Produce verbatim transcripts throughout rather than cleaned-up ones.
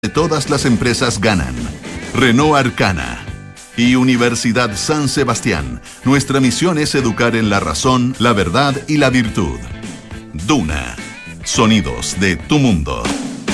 Todas las empresas ganan. Renault Arcana y Universidad San Sebastián. Nuestra misión es educar en la razón, la verdad y la virtud. Duna. Sonidos de tu mundo.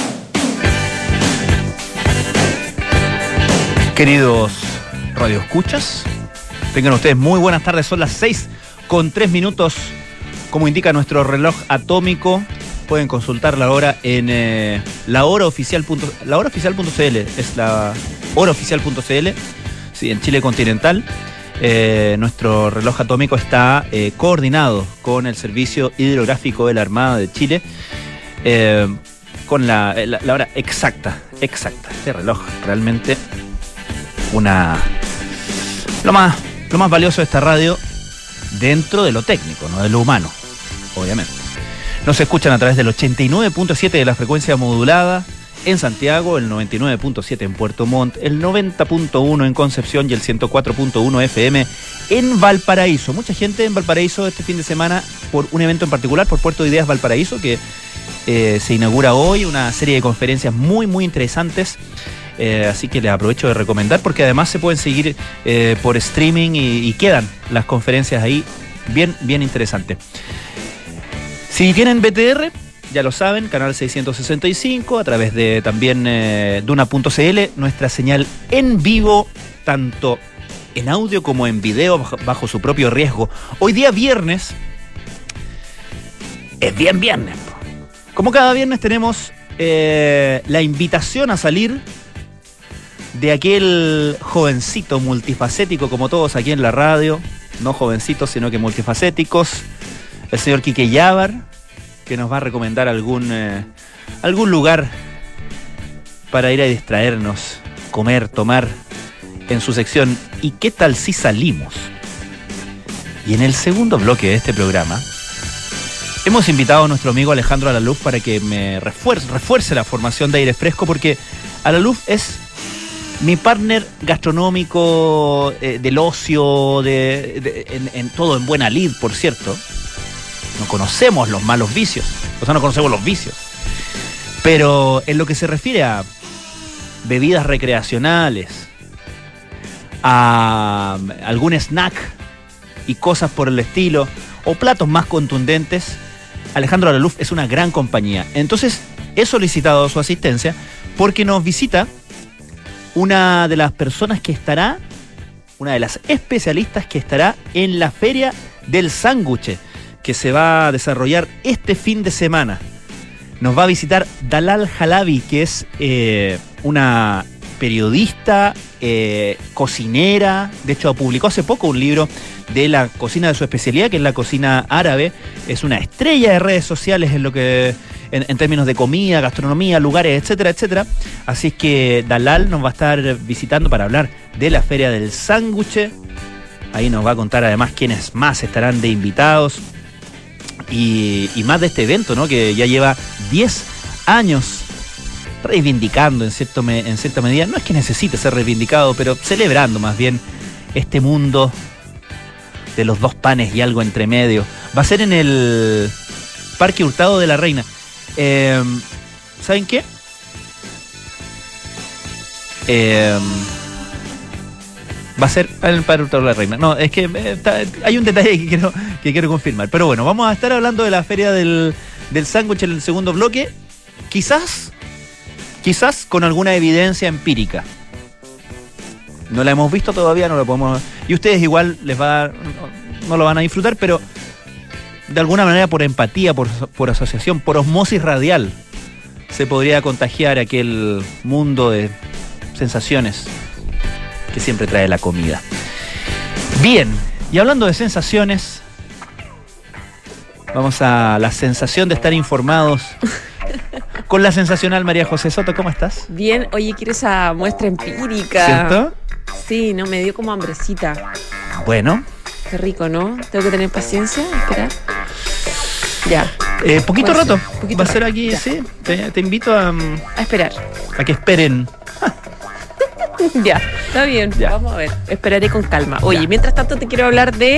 Queridos radioescuchas, tengan ustedes muy buenas tardes. Son las seis con tres minutos, como indica nuestro reloj atómico. Pueden consultar la hora en eh, la hora oficial. La hora oficial punto c l, es la hora oficial punto c l, sí, en Chile continental. Eh, nuestro reloj atómico está eh, coordinado con el Servicio Hidrográfico de la Armada de Chile, eh, con la, la, la hora exacta, exacta. Este reloj realmente una lo más, lo más valioso de esta radio dentro de lo técnico, no de lo humano, obviamente. Nos escuchan a través del ochenta y nueve punto siete de la frecuencia modulada en Santiago, el noventa y nueve punto siete en Puerto Montt, el noventa punto uno en Concepción y el ciento cuatro punto uno F M en Valparaíso. Mucha gente en Valparaíso este fin de semana por un evento en particular, por Puerto de Ideas Valparaíso, que eh, se inaugura hoy, una serie de conferencias muy, muy interesantes. Eh, así que les aprovecho de recomendar porque además se pueden seguir eh, por streaming y, y quedan las conferencias ahí bien, bien interesantes. Si tienen B T R, ya lo saben, canal seiscientos sesenta y cinco, a través de también eh, duna punto c l, nuestra señal en vivo, tanto en audio como en video, bajo, bajo su propio riesgo. Hoy día viernes, es bien viernes. Como cada viernes tenemos eh, la invitación a salir de aquel jovencito multifacético, como todos aquí en la radio, no jovencitos, sino que multifacéticos, el señor Quique Yávar, que nos va a recomendar algún, eh, algún lugar para ir a distraernos, comer, tomar, en su sección ¿Y qué tal si salimos? Y en el segundo bloque de este programa hemos invitado a nuestro amigo Alejandro Alaluf para que me refuerce, refuerce la formación de Aire Fresco, porque Alaluf es mi partner gastronómico, eh, del ocio, de, de, en, en todo en buena lid, por cierto. No conocemos los malos vicios, o sea, no conocemos los vicios. Pero en lo que se refiere a bebidas recreacionales, a algún snack y cosas por el estilo, o platos más contundentes, Alejandro Alaluf es una gran compañía. Entonces, he solicitado su asistencia porque nos visita una de las personas que estará, una de las especialistas que estará en la Feria del Sándwich, que se va a desarrollar este fin de semana. Nos va a visitar Dalal Halabi, que es eh, una periodista, eh, cocinera. De hecho, publicó hace poco un libro de la cocina de su especialidad, que es la cocina árabe. Es una estrella de redes sociales en lo que en, en términos de comida, gastronomía, lugares, etcétera, etcétera. Así que Dalal nos va a estar visitando para hablar de la Feria del Sándwich. Ahí nos va a contar además quiénes más estarán de invitados. Y, y más de este evento, ¿no? Que ya lleva diez años reivindicando en, cierto me, en cierta medida, no es que necesite ser reivindicado, pero celebrando más bien este mundo de los dos panes y algo entre medio. Va a ser en el Parque Hurtado de la Reina. Eh, ¿Saben qué? Eh, Va a ser el Parque Hurtado de la Reina. No, es que eh, está, hay un detalle que quiero, que quiero confirmar. Pero bueno, vamos a estar hablando de la Feria del, del Sándwich en el segundo bloque. Quizás, quizás con alguna evidencia empírica. No la hemos visto todavía, no la podemos. Y ustedes igual les va a dar, no, no lo van a disfrutar, pero de alguna manera por empatía, por, por asociación, por osmosis radial, se podría contagiar aquel mundo de sensaciones que siempre trae la comida. Bien, y hablando de sensaciones, vamos a la sensación de estar informados con la sensacional María José Soto. ¿Cómo estás? Bien, oye, quiero esa muestra empírica. ¿Cierto? Sí, no, me dio como hambrecita. Bueno. Qué rico, ¿no? Tengo que tener paciencia, esperar. Ya. Eh, poquito Puede rato. ser, poquito Va a ser rato. aquí, Ya. sí. Te, te invito a, A esperar. a que esperen. Ya, está bien. Ya. Vamos a ver. Esperaré con calma. Oye, Ya. mientras tanto te quiero hablar de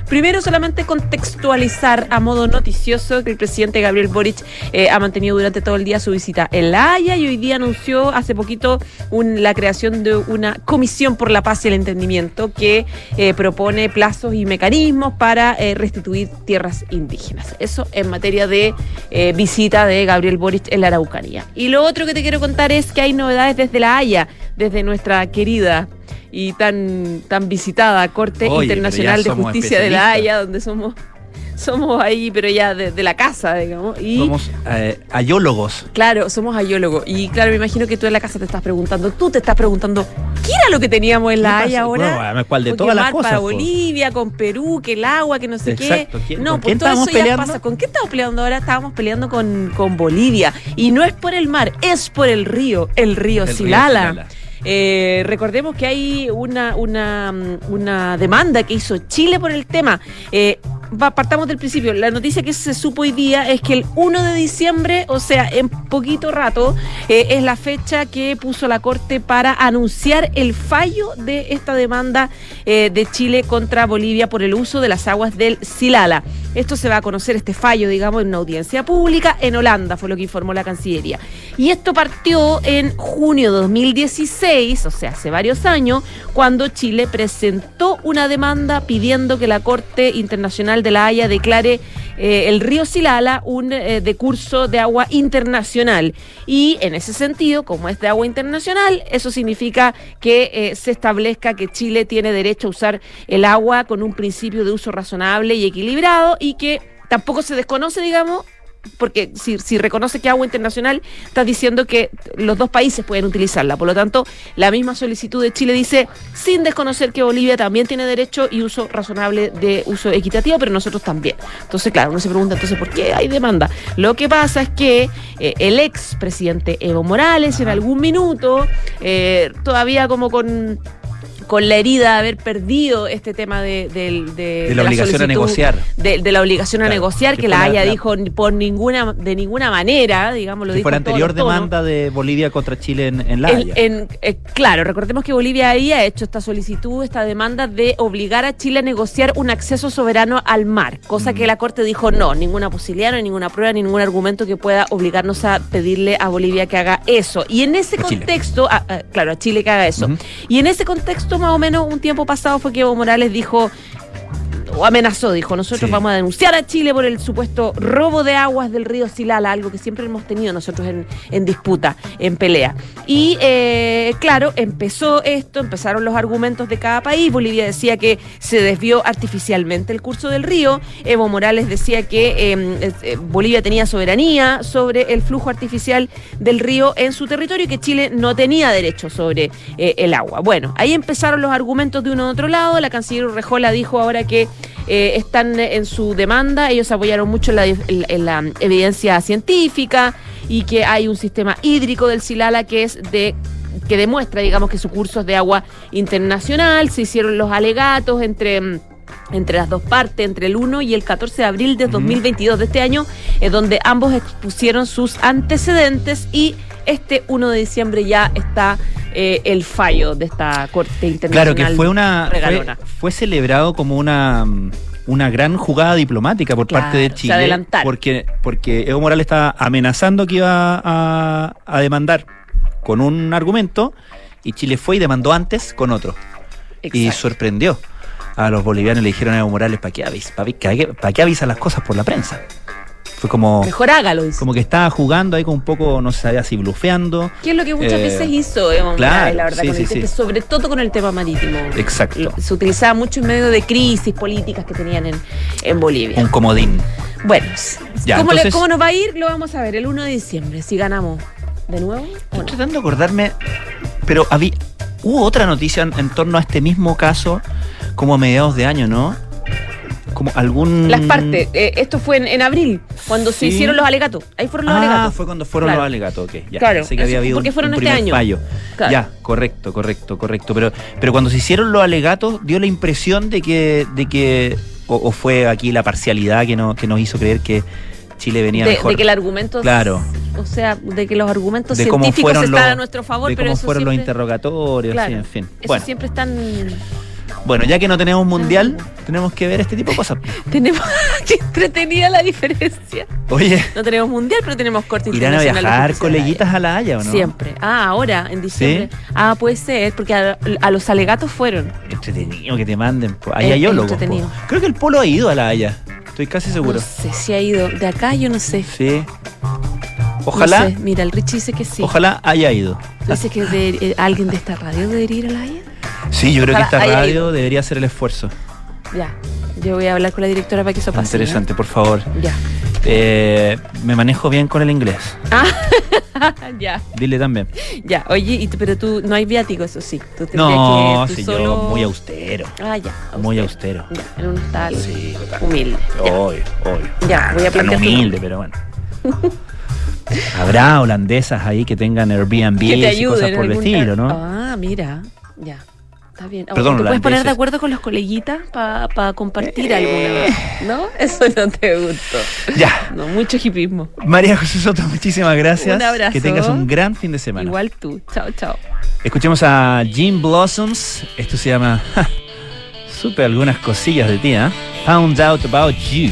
Primero, solamente contextualizar a modo noticioso que el presidente Gabriel Boric eh, ha mantenido durante todo el día su visita en La Haya y hoy día anunció hace poquito un, la creación de una comisión por la paz y el entendimiento que eh, propone plazos y mecanismos para eh, restituir tierras indígenas. Eso en materia de eh, visita de Gabriel Boric en la Araucanía. Y lo otro que te quiero contar es que hay novedades desde La Haya, desde nuestra querida y tan, tan visitada Corte Oye, Internacional de Justicia de La Haya, donde somos somos ahí, pero ya de, de la casa, digamos. Y somos eh, ayólogos. Claro, somos ayólogos. Y claro, me imagino que tú en la casa te estás preguntando, tú te estás preguntando, ¿qué era lo que teníamos en La Haya ahora? Bueno, ¿cuál de Porque todas las mar cosas? Para po. Bolivia, con Perú, que el agua, que no sé Exacto. qué. ¿Quién, no, ¿con pues quién todo estábamos eso ya peleando? pasa. ¿Con qué estamos peleando ahora? Estábamos peleando con, con Bolivia. Y no es por el mar, es por el río, el río El río Silala. Silala. Eh, recordemos que hay una, una, una demanda que hizo Chile por el tema. Eh, va, partamos del principio. La noticia que se supo hoy día es que el primero de diciembre, o sea, en poquito rato, eh, es la fecha que puso la Corte para anunciar el fallo de esta demanda eh, de Chile contra Bolivia por el uso de las aguas del Silala. Esto se va a conocer, este fallo, digamos, en una audiencia pública en Holanda, fue lo que informó la Cancillería. Y esto partió en junio de dos mil dieciséis, o sea, hace varios años, cuando Chile presentó una demanda pidiendo que la Corte Internacional de La Haya declare eh, el río Silala un eh, decurso de agua internacional. Y en ese sentido, como es de agua internacional, eso significa que eh, se establezca que Chile tiene derecho a usar el agua con un principio de uso razonable y equilibrado y que tampoco se desconoce, digamos, porque si, si reconoce que es agua internacional, estás diciendo que los dos países pueden utilizarla. Por lo tanto, la misma solicitud de Chile dice, sin desconocer que Bolivia también tiene derecho y uso razonable de uso equitativo, pero nosotros también. Entonces, claro, uno se pregunta, entonces, ¿por qué hay demanda? Lo que pasa es que eh, el ex presidente Evo Morales, en algún minuto, eh, todavía como con... con la herida de haber perdido este tema de, de, de, de la de obligación a negociar. De, de la obligación Claro, a negociar, que que fue la la- Haya la- dijo por ninguna, de ninguna manera, digamos, lo Que dijo fue la en todos anterior los tonos. demanda de Bolivia contra Chile en, en La En- Haya. en- eh, claro, recordemos que Bolivia ahí ha hecho esta solicitud, esta demanda de obligar a Chile a negociar un acceso soberano al mar, cosa Mm. que la Corte dijo no, ninguna posibilidad, no hay ninguna prueba, ni ningún argumento que pueda obligarnos a pedirle a Bolivia que haga eso. Y en ese A Chile. contexto, a- a- claro, a Chile que haga eso. Ujú. Y en ese contexto, más o menos, un tiempo pasado fue que Evo Morales dijo, o amenazó, dijo, nosotros Sí. vamos a denunciar a Chile por el supuesto robo de aguas del río Silala, algo que siempre hemos tenido nosotros en, en disputa, en pelea. Y eh, claro, empezó esto, empezaron los argumentos de cada país. Bolivia decía que se desvió artificialmente el curso del río. Evo Morales decía que eh, eh, Bolivia tenía soberanía sobre el flujo artificial del río en su territorio y que Chile no tenía derecho sobre eh, el agua. Bueno, ahí empezaron los argumentos de uno de otro lado. La canciller Urrejola dijo ahora que eh, están en su demanda, ellos apoyaron mucho en la, en, en la evidencia científica y que hay un sistema hídrico del Silala que es de que demuestra, digamos, que su curso es de agua internacional. Se hicieron los alegatos entre entre las dos partes, entre el uno y el catorce de abril de dos mil veintidós de este año, eh, donde ambos expusieron sus antecedentes y este primero de diciembre ya está eh, el fallo de esta Corte Internacional. Claro, que fue una fue, regalona. fue celebrado como una una gran jugada diplomática por Claro, parte de se Chile, adelantaron. porque porque Evo Morales estaba amenazando que iba a, a demandar con un argumento y Chile fue y demandó antes con otro. Y Exacto. sorprendió a los bolivianos, le dijeron a Evo Morales, ¿para qué avisa, para qué, para qué avisa las cosas por la prensa? Fue como Mejor hágalo, dice. como que estaba jugando ahí con un poco, no se sabía si blufeando. Que es lo que muchas Eh, veces hizo Evo Morales, claro, la verdad, sí, con sí, el tema, sí. sobre todo con el tema marítimo. Exacto. Lo- se utilizaba mucho en medio de crisis políticas que tenían en, en Bolivia. Un comodín. Bueno, Ya, ¿cómo, le- entonces- ¿cómo nos va a ir? Lo vamos a ver el primero de diciembre, si ganamos de nuevo. ¿o Estoy no? tratando de acordarme, pero había, hubo otra noticia en, en torno a este mismo caso, como a mediados de año, ¿no? Como algún... Las partes, eh, esto fue en, en abril, cuando se Sí. hicieron los alegatos. Ahí fueron los Ah, alegatos. fue cuando fueron Claro. los alegatos, ok. Ya, Claro, pensé que había eso, habido porque un, fueron un este primer año. fallo. Claro. Ya, correcto, correcto, correcto. Pero, pero cuando se hicieron los alegatos, dio la impresión de que, de que o, o fue aquí la parcialidad que, no, que nos hizo creer que Chile venía de, mejor. de que el argumento, Claro. o sea, de que los argumentos de cómo científicos fueron están los, a nuestro favor, de pero cómo eso fueron los siempre, interrogatorios, claro, sí, en fin. eso Bueno, siempre están Bueno, ya que no tenemos mundial, tenemos que ver este tipo de cosas. Tenemos, qué entretenida la diferencia. Oye, No tenemos mundial, pero tenemos corte ¿irán a internacional viajar oficial de La coleguitas a La Haya o no? Siempre. Ah, ahora, en diciembre. Ah, puede ser, porque a, a los alegatos fueron. Entretenido que te manden. po. Ahí Es- hay es ólogos, po. entretenido. Creo que el Polo ha ido a La Haya. Estoy casi seguro. No sé si ha ido. De acá yo no sé. Sí. Ojalá, No sé. Mira, el Richie dice que sí. ojalá haya ido. ¿Tú dices que de- eh, alguien de esta radio debería ir a La Haya? Sí, yo creo que esta Ojalá haya radio ido. debería hacer el esfuerzo. Ya. Yo voy a hablar con la directora para que eso pase. Interesante, por favor. ¿Ya? Ya. Eh, me manejo bien con el inglés. Ah, ya, Dile también. ya. Oye, y tú- pero tú no hay viático, eso sí. Tú tendrías No, que tú sí, solo... yo muy austero. Ah, ya. Muy austero. Ya, en un hostal Sí, total. humilde. Ya. Obvio, obvio. Ya, voy a Tan plantear tu humilde, pero bueno. Habrá holandesas ahí que tengan Airbnb que te y ayuden. cosas por el algún estilo, ca- ¿no? Ah, mira. Ya. Está bien. Perdón, ¿Te puedes poner de holandeses. acuerdo con los coleguitas para compartir Eh. alguna? ¿No? Eso no te gustó. Ya. No, mucho hipismo. María José Soto, muchísimas gracias. Un abrazo. Que tengas un gran fin de semana. Igual tú. Chao, chao. Escuchemos a Jim Blossoms. Esto se llama ja, Supe algunas cosillas de ti, ¿eh? Found out about you.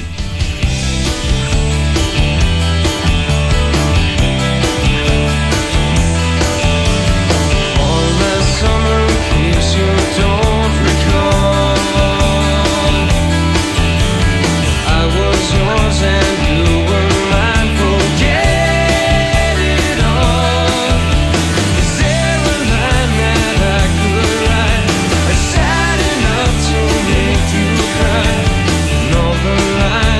All that summer kiss you don't recall. I was yours and you were mine. Forget it all. Is there a line that I could write? Sad enough to make you cry. No, the line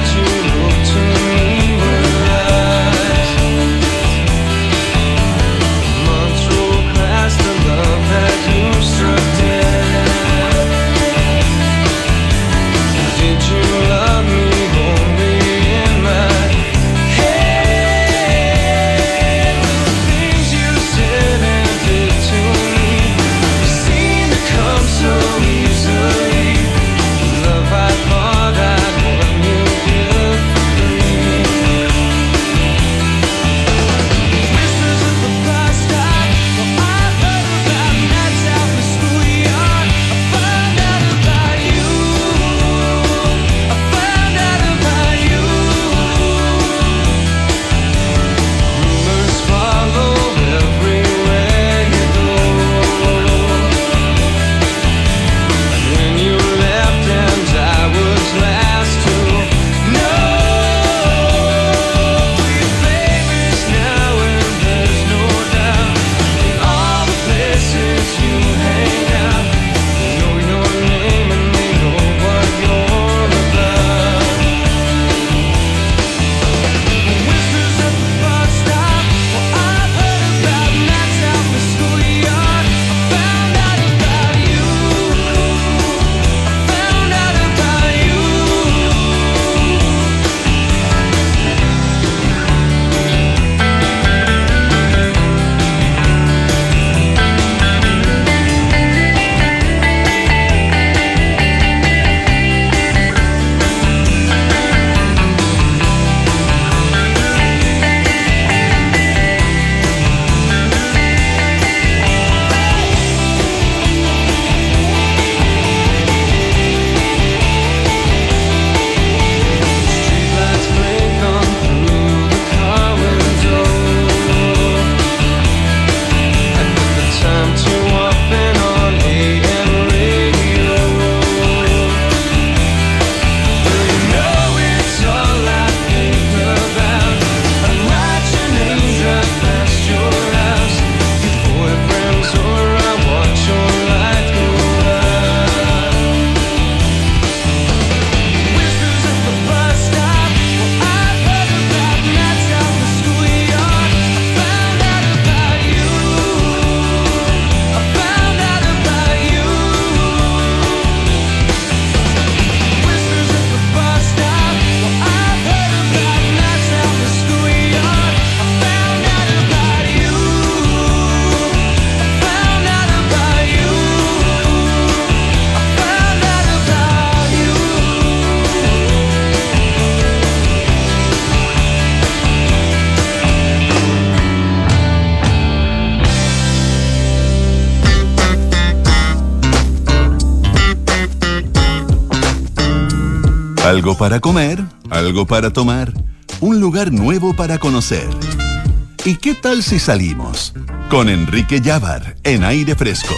Algo para comer, algo para tomar, un lugar nuevo para conocer. ¿Y qué tal si salimos? Con Enrique Llávar, en Aire Fresco.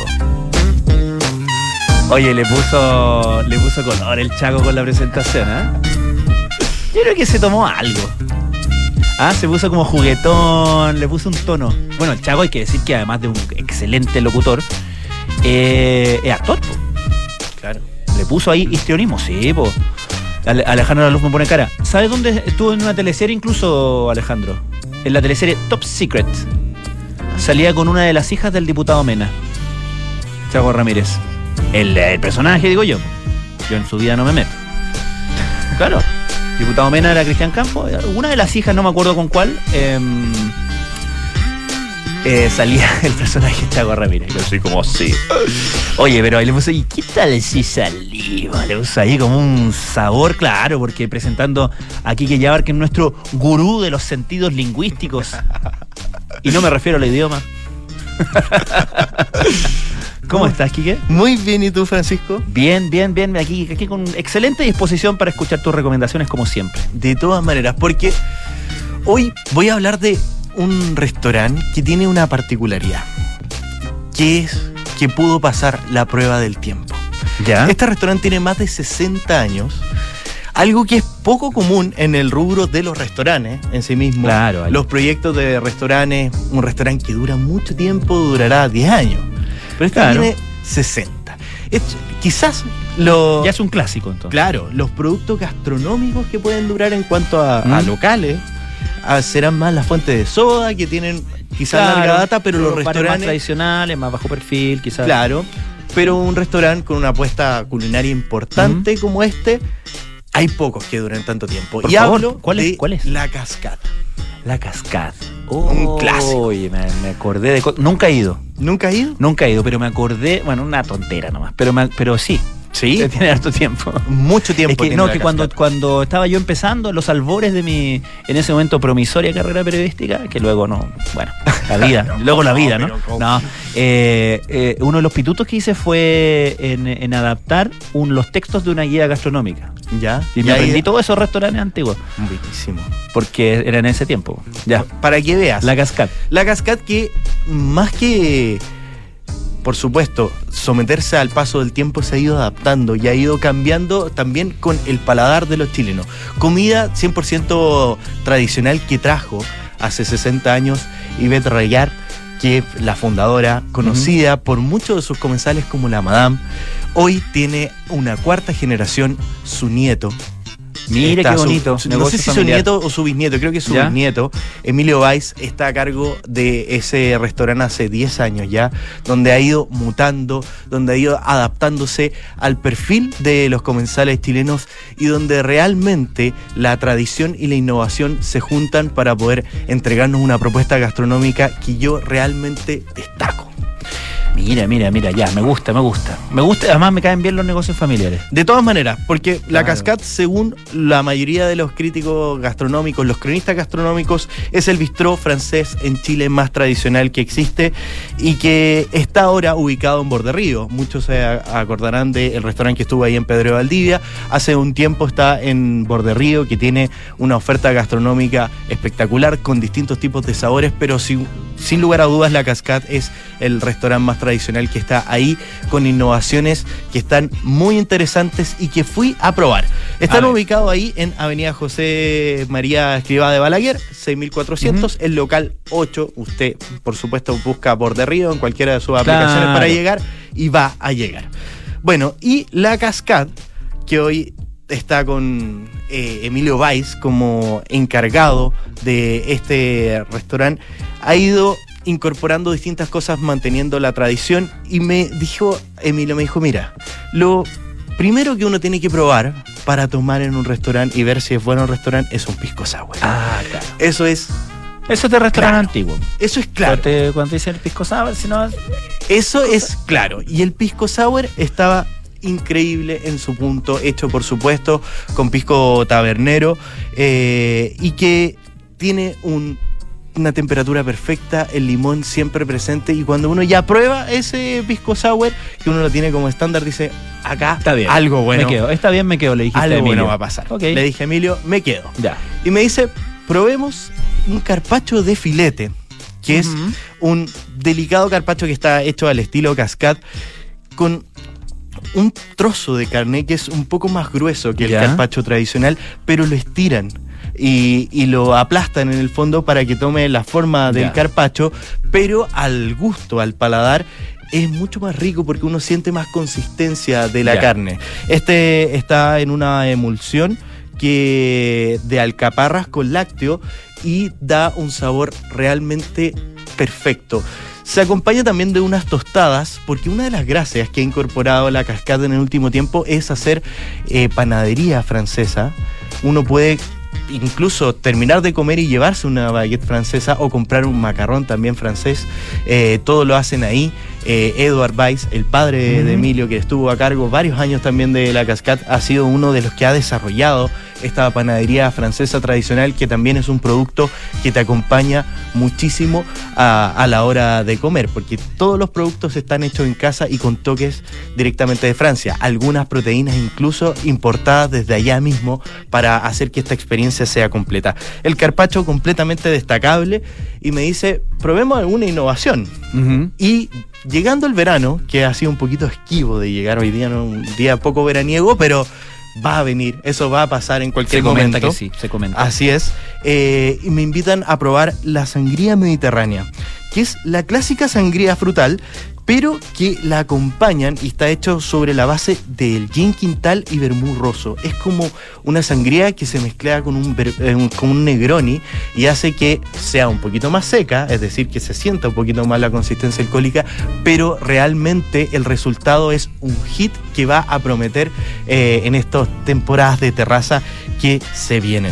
Oye, le puso le puso color el Chaco con la presentación, ¿ah? ¿eh? Yo creo que se tomó algo. Ah, se puso como juguetón, le puso un tono. Bueno, el Chaco hay que decir que además de un excelente locutor, eh, es actor, po. Claro. Le puso ahí histrionismo, sí, po. Ale- Alejandro La Luz me pone cara. ¿Sabes dónde estuvo en una teleserie incluso, Alejandro? En la teleserie Top Secret. Salía con una de las hijas del diputado Mena, Chaco Ramírez. El, el personaje, digo yo. Yo en su vida no me meto. Claro. Diputado Mena era Cristian Campos. Una de las hijas, no me acuerdo con cuál, eh, eh, salía el personaje Chaco Ramírez. Yo soy como así. Oye, pero ahí le puso, ¿y qué tal si salimos? Le puso ahí como un sabor, claro, porque presentando a Quique Llávar, que es nuestro gurú de los sentidos lingüísticos. Y no me refiero al idioma. ¿Cómo estás, Quique? Muy bien, ¿y tú, Francisco? Bien, bien, bien. Aquí, aquí con excelente disposición para escuchar tus recomendaciones, como siempre. De todas maneras, porque hoy voy a hablar de un restaurante que tiene una particularidad, que es que pudo pasar la prueba del tiempo. ¿Ya? Este restaurante tiene más de sesenta años, algo que es poco común en el rubro de los restaurantes en sí mismo. Claro, hay- Los proyectos de restaurantes, un restaurante que dura mucho tiempo, durará diez años. Pero este Claro. tiene sesenta. Es- quizás lo... Ya es un clásico, entonces. Claro, los productos gastronómicos que pueden durar en cuanto a, a Mm. locales a- serán más las fuentes de soda, que tienen quizás Claro, larga data, pero los bares más restaurantes... tradicionales, más bajo perfil, quizás. Claro, pero un restaurante con una apuesta culinaria importante como este, hay pocos que duren tanto tiempo. Por y favor, hablo ¿cuál es? de ¿Cuál es? La Cascada. La Cascada. Un clásico. Oye, me, me acordé de... co- Nunca he ido. ¿Nunca has ido? Nunca he ido, pero me acordé... Bueno, una tontera nomás. Pero, me- pero sí. Sí. Tiene harto tiempo. Mucho tiempo. Es que, tiene no, La que cuando, Cascada. cuando estaba yo empezando, los albores de mi, en ese momento, promisoria carrera periodística, que luego no, bueno, la vida, luego la vida, ¿no? pero ¿cómo? No, eh, eh, uno de los pitutos que hice fue en, en adaptar un, los textos de una guía gastronómica. Ya. Y me ahí- aprendí todos esos restaurantes antiguos, Buenísimo. porque era en ese tiempo. Ya, Para que veas. la Cascada. La Cascada que más que, por supuesto, someterse al paso del tiempo, se ha ido adaptando y ha ido cambiando también con el paladar de los chilenos. Comida cien por ciento tradicional que trajo hace sesenta años Ivette Rayar, que es la fundadora, conocida por muchos de sus comensales como la Madame. Hoy tiene una cuarta generación, su nieto. Mire Está qué su- bonito. su- no negocio sé si familiar. su nieto o su bisnieto, creo que es su ¿Ya? bisnieto. Emilio Weiss está a cargo de ese restaurante hace diez años ya, donde ha ido mutando, donde ha ido adaptándose al perfil de los comensales chilenos y donde realmente la tradición y la innovación se juntan para poder entregarnos una propuesta gastronómica que yo realmente destaco. Mira, mira, mira, ya, me gusta, me gusta. Me gusta, además me caen bien los negocios familiares. De todas maneras, porque La Claro. Cascada, según la mayoría de los críticos gastronómicos, los cronistas gastronómicos, es el bistró francés en Chile más tradicional que existe y que está ahora ubicado en Borderrío. Muchos se a- acordarán del restaurante que estuvo ahí en Pedro de Valdivia. Hace un tiempo está en Borderrío, que tiene una oferta gastronómica espectacular con distintos tipos de sabores, pero sin, sin lugar a dudas La Cascada es el restaurante más tradicional que está ahí, con innovaciones que están muy interesantes y que fui a probar. Están A ver. ubicados ahí en Avenida José María Escrivá de Balaguer, seis mil cuatrocientos, el local ocho. Usted, por supuesto, busca Borderrío en cualquiera de sus aplicaciones Claro. para llegar y va a llegar. Bueno, y La Cascada, que hoy está con eh, Emilio Weiss como encargado de este restaurante, ha ido incorporando distintas cosas, manteniendo la tradición, y me dijo, Emilio me dijo, mira, lo primero que uno tiene que probar para tomar en un restaurante y ver si es bueno el restaurante es un pisco sour. Ah, claro. Eso es, Eso es de restaurante Claro. antiguo. eso es claro. Cuando te, cuando te dicen el pisco sour, si no... Eso es claro. Y el pisco sour estaba increíble en su punto, hecho por supuesto con pisco tabernero, eh, y que tiene un una temperatura perfecta, el limón siempre presente, y cuando uno ya prueba ese pisco sour, que uno lo tiene como estándar, dice, acá Está bien. algo bueno. Me quedo. Está bien, me quedo, le dijiste a Algo Emilio. bueno va a pasar. Ok. Le dije a Emilio, me quedo. Ya. Y me dice, probemos un carpaccio de filete, que es Ujú. un delicado carpaccio que está hecho al estilo cascade, con un trozo de carne que es un poco más grueso que el Ya. carpaccio tradicional, pero lo estiran y, y lo aplastan en el fondo para que tome la forma del Ya. carpaccio, pero al gusto, al paladar, es mucho más rico porque uno siente más consistencia de la Ya. carne. Este está en una emulsión que de alcaparras con lácteo y da un sabor realmente perfecto. Se acompaña también de unas tostadas, porque una de las gracias que ha incorporado la Cascade en el último tiempo es hacer eh, panadería francesa. Uno puede incluso terminar de comer y llevarse una baguette francesa o comprar un macarrón también francés. Eh, todo lo hacen ahí. Eh, Edouard Weiss, el padre Ujú. de Emilio, que estuvo a cargo varios años también de la Cascade, ha sido uno de los que ha desarrollado esta panadería francesa tradicional, que también es un producto que te acompaña muchísimo a, a la hora de comer, porque todos los productos están hechos en casa y con toques directamente de Francia, algunas proteínas incluso importadas desde allá mismo para hacer que esta experiencia sea completa. El carpaccio completamente destacable, y me dice, probemos alguna innovación. Ujú. Y llegando el verano, que ha sido un poquito esquivo de llegar hoy día, ¿no? Un día poco veraniego, pero va a venir, eso va a pasar en cualquier Se comenta momento. que sí, se comenta. Así es. Eh, y me invitan a probar la sangría mediterránea, que es la clásica sangría frutal, pero que la acompañan y está hecho sobre la base del gin quintal y vermú rosso. Es como una sangría que se mezcla con un, ver- eh, un- con un negroni y hace que sea un poquito más seca, es decir, que se sienta un poquito más la consistencia alcohólica, pero realmente el resultado es un hit que va a prometer eh, en estas temporadas de terraza que se vienen.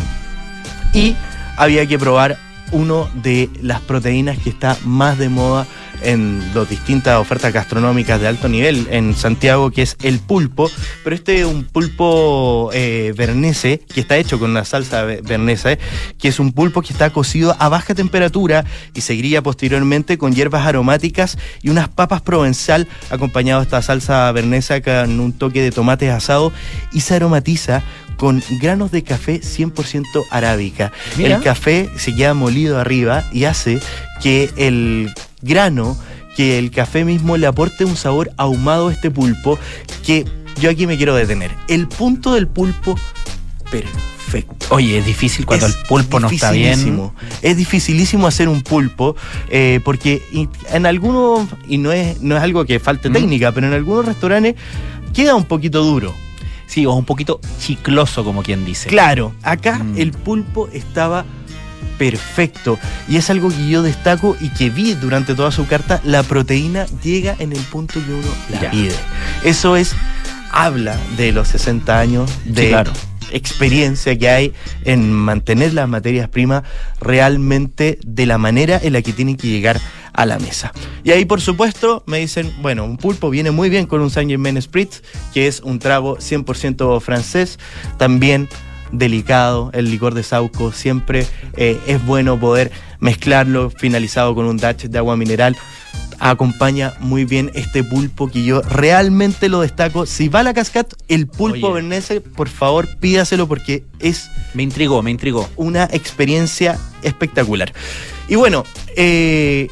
Y había que probar uno de las proteínas que está más de moda en las distintas ofertas gastronómicas de alto nivel en Santiago, que es el pulpo, pero este es un pulpo eh, vernese, que está hecho con una salsa ve- vernese, que es un pulpo que está cocido a baja temperatura y se grilla posteriormente con hierbas aromáticas y unas papas provenzal, acompañado de esta salsa vernesa con un toque de tomate asado, y se aromatiza con granos de café cien por ciento arábica. Mira. El café se queda molido arriba y hace que el grano, que el café mismo le aporte un sabor ahumado a este pulpo, que yo aquí me quiero detener. El punto del pulpo, perfecto. Oye, es difícil cuando Es el pulpo no está bien. dificilísimo. Es dificilísimo hacer un pulpo, eh, porque y- en algunos, y no es, no es algo que falte Mm. técnica, pero en algunos restaurantes queda un poquito duro. Sí, o un poquito chicloso, como quien dice. Claro, acá Mm. el pulpo estaba perfecto, y es algo que yo destaco y que vi durante toda su carta. La proteína llega en el punto que uno la Ya. pide. Eso es, habla de los sesenta años de Sí, claro. experiencia que hay en mantener las materias primas realmente de la manera en la que tienen que llegar a la mesa. Y ahí, por supuesto, me dicen, bueno, un pulpo viene muy bien con un Saint-Germain Spritz, que es un trago cien por ciento francés, también delicado. El licor de Sauco siempre eh, es bueno poder mezclarlo, finalizado con un dash de agua mineral. Acompaña muy bien este pulpo, que yo realmente lo destaco. Si va a la Cascade, el pulpo Oye. vernese, por favor pídaselo, porque es Me intrigó, me intrigó. una experiencia espectacular. Y bueno, eh,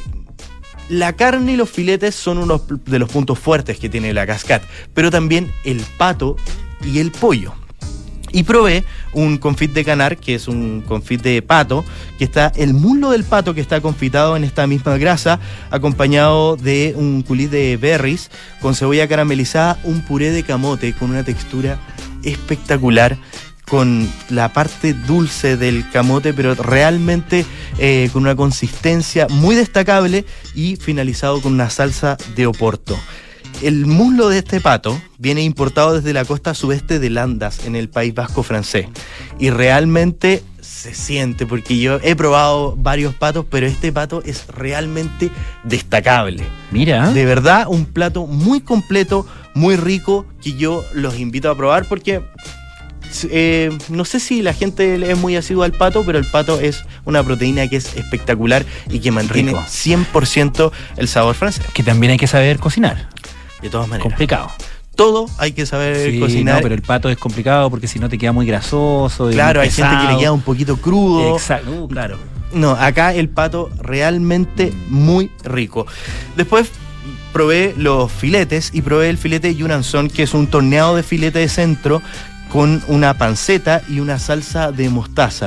la carne y los filetes son unos de los puntos fuertes que tiene la Cascade, pero también el pato y el pollo. Y probé un confit de canar, que es un confit de pato, que está el muslo del pato, que está confitado en esta misma grasa, acompañado de un coulis de berries con cebolla caramelizada, un puré de camote con una textura espectacular, con la parte dulce del camote, pero realmente eh, con una consistencia muy destacable, y finalizado con una salsa de oporto. El muslo de este pato viene importado desde la costa sudeste de Landas, en el País Vasco francés, y realmente se siente, porque yo he probado varios patos, pero este pato es realmente destacable. Mira. De verdad, un plato muy completo, muy rico, que yo los invito a probar, porque eh, no sé si la gente es muy asidua al pato, pero el pato es una proteína que es espectacular y que mantiene Rico. cien por ciento el sabor francés. Que también hay que saber cocinar. De todas maneras. Complicado. Todo hay que saber Sí, cocinar. no, pero el pato es complicado porque si no te queda muy grasoso. y Claro, muy hay gente que le pesado. queda un poquito crudo. Exacto, uh, claro. No, acá el pato realmente muy rico. Después probé los filetes y probé el filete Jurançon, que es un torneado de filete de centro con una panceta y una salsa de mostaza.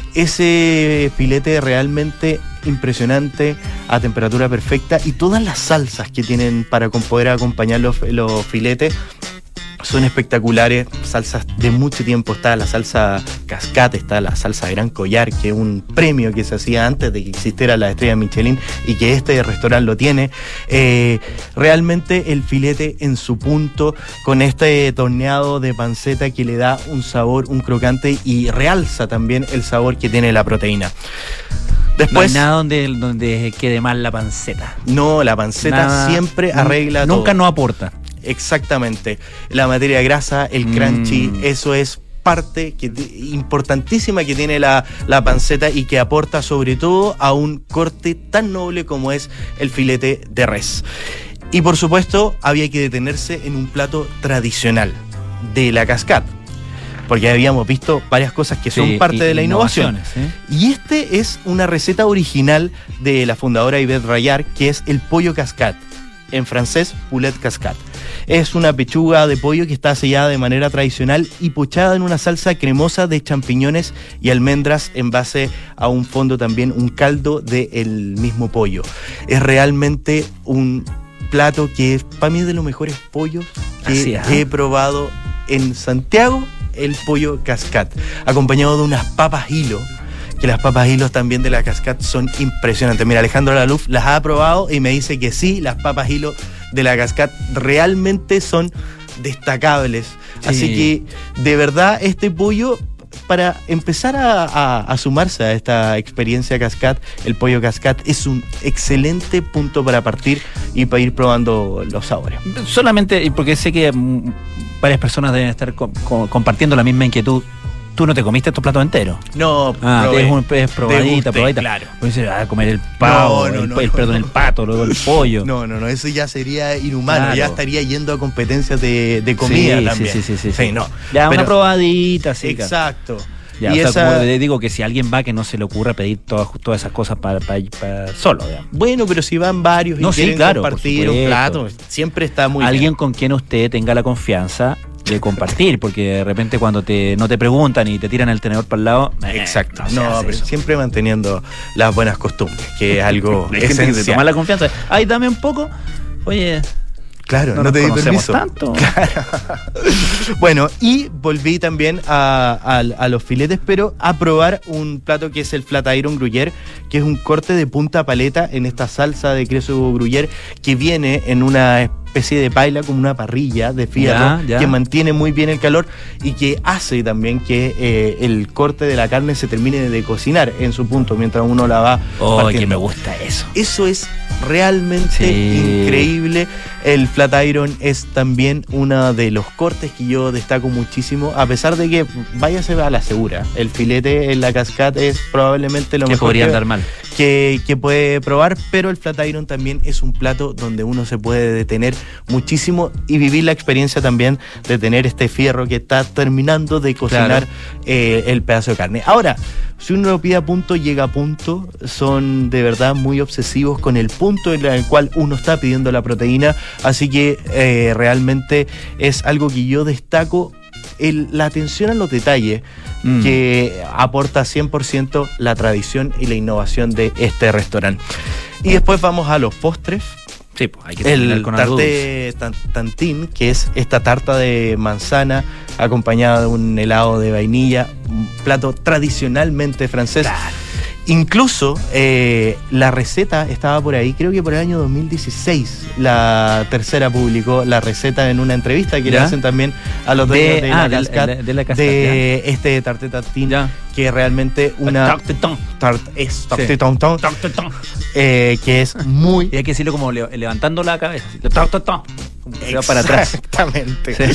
Ese filete realmente impresionante, a temperatura perfecta, y todas las salsas que tienen para con- poder acompañar los, los filetes son espectaculares. Salsas de mucho tiempo. Está la salsa Cascade, está la salsa Gran Collar, que es un premio que se hacía antes de que existiera la estrella Michelin y que este restaurante lo tiene. Eh, realmente el filete en su punto, con este torneado de panceta que le da un sabor, un crocante, y realza también el sabor que tiene la proteína. No hay Después, nada donde, donde quede mal la panceta. no, la panceta Nada- siempre arregla todo. Nunca no aporta. Exactamente. La materia grasa, el Mm. crunchy, eso es parte que, importantísima que tiene la, la panceta y que aporta sobre todo a un corte tan noble como es el filete de res. Y por supuesto, había que detenerse en un plato tradicional de la Cascade, porque habíamos visto varias cosas que son Sí, parte y- de la innovación. innovaciones, ¿eh? Y este es una receta original de la fundadora Yvette Rayard, que es el pollo cascade. En francés, poulet cascade. Es una pechuga de pollo que está sellada de manera tradicional y pochada en una salsa cremosa de champiñones y almendras en base a un fondo también, un caldo del mismo pollo. Es realmente un plato que es para mí de los mejores pollos que Así es, ¿eh? he probado en Santiago, el pollo cascade, acompañado de unas papas hilo, que las papas hilos también de la Cascade son impresionantes. Mira, Alejandro Laluf las ha probado y me dice que sí, las papas hilo de la Cascade realmente son destacables. Sí. Así que, de verdad, este pollo, para empezar a, a- a sumarse a esta experiencia Cascade, el pollo Cascade es un excelente punto para partir y para ir probando los sabores. Solamente porque sé que mm, varias personas deben estar co- co- compartiendo la misma inquietud. Tú no te comiste estos platos enteros. No, Ah, probé. es un es probadita, Degusté, probadita. claro. Pues dices, ah, comer el pavo, No, no, el, no, el- no, perdón, no. el pato, luego el pollo. No, no, no, eso ya sería inhumano, Claro. ya estaría yendo a competencias de, de comida Sí, también. Sí, sí, sí, sí, sí. no. Ya, Pero- una probadita, sí. claro. Exacto. Ya, y o sea, esa- como le digo que si alguien va que no se le ocurra pedir todas, todas esas cosas para, para, para solo, digamos. Bueno, pero si van varios y No, sí, quieren claro, por compartir un supuesto. plato, siempre está muy Alguien bien. con quien usted tenga la confianza de compartir, porque de repente cuando te no te preguntan y te tiran el tenedor para el lado, eh, Exacto. no se No, hace pero eso. siempre manteniendo las buenas costumbres, que es algo Hay gente que se esencial. toma la confianza. Ay, dame un poco. Oye, Claro, no, no, nos te di conocemos permiso. tanto. Bueno, y volví también a, a- a los filetes, pero a probar un plato que es el flat iron gruyère, que es un corte de punta paleta en esta salsa de queso gruyère que viene en una especie de paila, como una parrilla de fierro, Ya, ya. que mantiene muy bien el calor y que hace también que eh, el corte de la carne se termine de cocinar en su punto mientras uno la va Oh, que partiendo. me gusta eso. Eso es realmente Sí. increíble. El flat iron es también uno de los cortes que yo destaco muchísimo, a pesar de que váyase a la segura. El filete en la Cascade es probablemente lo Que mejor podría que, andar mal. que, que puede probar, pero el flat iron también es un plato donde uno se puede detener muchísimo y vivir la experiencia también de tener este fierro que está terminando de cocinar Claro. eh, el pedazo de carne. Ahora, si uno lo pide a punto, llega a punto. Son de verdad muy obsesivos con el punto en el cual uno está pidiendo la proteína. Así que eh, realmente es algo que yo destaco, el- la atención a los detalles Mm. que aporta cien por ciento la tradición y la innovación de este restaurante. Y después vamos a los postres. Sí, pues hay que terminar El con algo dulce. tarte tan- tantín, que es esta tarta de manzana acompañada de un helado de vainilla, un plato tradicionalmente francés. Claro. Incluso eh, la receta estaba por ahí, creo que por el año dos mil dieciséis, la tercera publicó la receta en una entrevista que le ¿Ya? hacen también a los De- dueños de, ah, la del- Cascade, de- de la Cascade, de este tarte tantín, Ya. que realmente una Tartetón. tarte es tarte Sí. tonton, Tartetón. eh, que es muy Y hay que decirlo como le- levantando la cabeza. así, tartetón. Como que se va para atrás. Exactamente. Sí.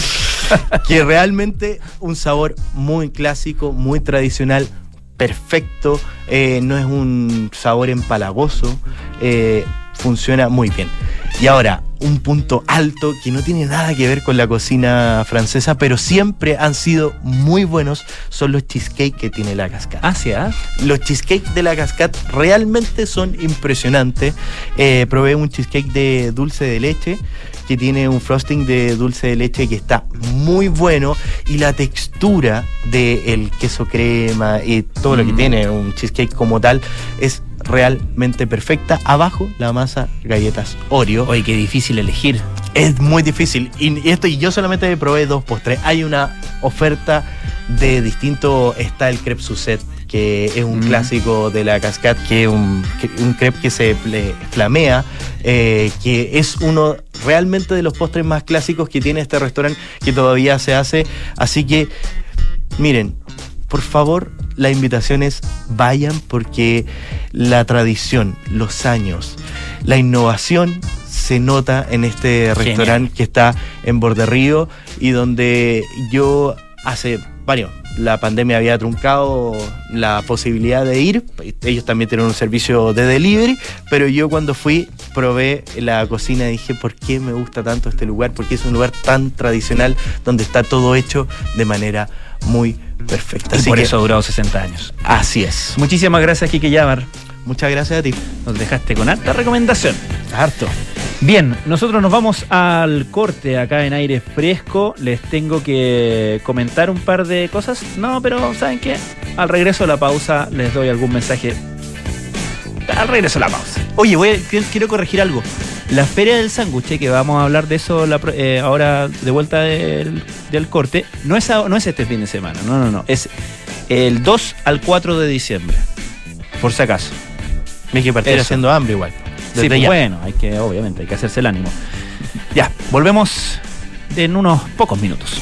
que realmente un sabor muy clásico, muy tradicional, perfecto, eh, no es un sabor empalagoso, eh, funciona muy bien. Y ahora, un punto alto que no tiene nada que ver con la cocina francesa, pero siempre han sido muy buenos, son los cheesecake que tiene la Cascade. Ah, sí, ¿ah? Los cheesecake de la Cascade realmente son impresionantes. Eh, probé un cheesecake de dulce de leche que tiene un frosting de dulce de leche que está muy bueno, y la textura del queso crema y todo mm. lo que tiene un cheesecake como tal es realmente perfecta. Abajo la masa galletas Oreo. Oye, qué difícil elegir. Es muy difícil. Y, y esto, y yo solamente probé dos postres. Hay una oferta de distinto. Está el crepe Suzette, que es un mm. clásico de la Cascade, que es un, un crepe que se flamea, eh, que es uno realmente de los postres más clásicos que tiene este restaurante, que todavía se hace. Así que, miren, por favor, la invitación es vayan, porque la tradición, los años, la innovación se nota en este restaurante que está en Borderrío, y donde yo hace varios, la pandemia había truncado la posibilidad de ir. Ellos también tienen un servicio de delivery, pero yo cuando fui probé la cocina y dije, ¿por qué me gusta tanto este lugar? Porque es un lugar tan tradicional donde está todo hecho de manera muy perfecta. Y así por que, eso ha durado sesenta años. Así es. Muchísimas gracias, Quique Llamar. Muchas gracias a ti. Nos dejaste con harta recomendación. Harto. Bien, nosotros nos vamos al corte acá en Aire Fresco. Les tengo que comentar un par de cosas. No, pero ¿saben qué? Al regreso de la pausa les doy algún mensaje. Al regreso de la pausa. Oye, voy a, quiero corregir algo. La Feria del Sándwich, que vamos a hablar de eso la, eh, ahora de vuelta del, del corte, no es, no es este fin de semana. No, no, no. Es el dos al cuatro de diciembre. Por si acaso. Me hay que partir haciendo hambre igual. Sí, pues bueno, hay que, obviamente, hay que hacerse el ánimo. Ya, volvemos en unos pocos minutos.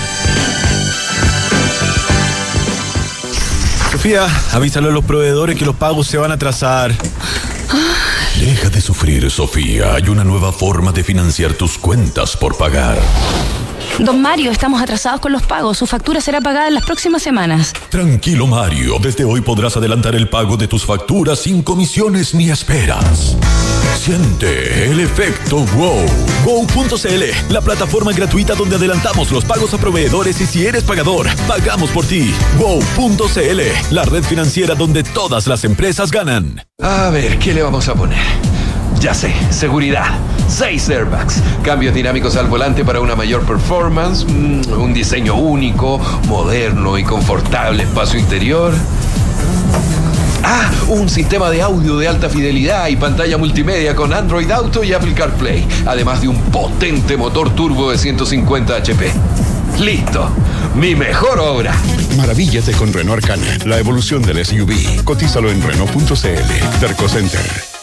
Sofía, avísale a los proveedores que los pagos se van a atrasar. Deja de sufrir, Sofía. Hay una nueva forma de financiar tus cuentas por pagar. Don Mario, estamos atrasados con los pagos. Su factura será pagada en las próximas semanas. Tranquilo, Mario. Desde hoy podrás adelantar el pago de tus facturas sin comisiones ni esperas. Siente el efecto WOW. wow punto c l, la plataforma gratuita donde adelantamos los pagos a proveedores, y si eres pagador, pagamos por ti. wow punto c l, la red financiera donde todas las empresas ganan. A ver, ¿qué le vamos a poner? Ya sé, seguridad. Seis airbags, cambios dinámicos al volante para una mayor performance, mmm, un diseño único, moderno y confortable espacio interior. Ah, un sistema de audio de alta fidelidad y pantalla multimedia con Android Auto y Apple CarPlay, además de un potente motor turbo de ciento cincuenta HP. ¡Listo! ¡Mi mejor obra! Maravíllate con Renault Arcana, la evolución del S U V. Cotízalo en Renault punto c l. Terco Center.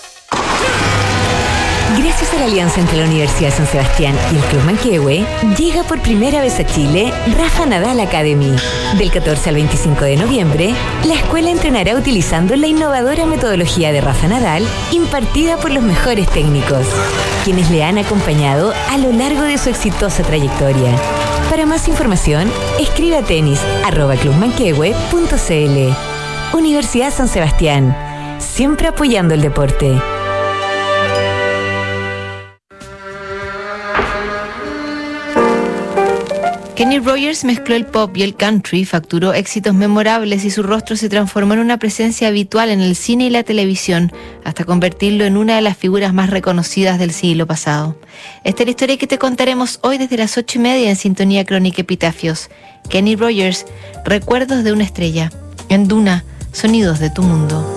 Gracias a la alianza entre la Universidad de San Sebastián y el Club Manquehue, llega por primera vez a Chile Rafa Nadal Academy. Del catorce al veinticinco de noviembre, la escuela entrenará utilizando la innovadora metodología de Rafa Nadal, impartida por los mejores técnicos, quienes le han acompañado a lo largo de su exitosa trayectoria. Para más información, escribe a tenis arroba clubmanquehue punto c l. Universidad San Sebastián, siempre apoyando el deporte. Kenny Rogers mezcló el pop y el country, facturó éxitos memorables y su rostro se transformó en una presencia habitual en el cine y la televisión, hasta convertirlo en una de las figuras más reconocidas del siglo pasado. Esta es la historia que te contaremos hoy desde las ocho y media en Sintonía Crónica Epitafios. Kenny Rogers, Recuerdos de una estrella. En Duna, Sonidos de tu mundo.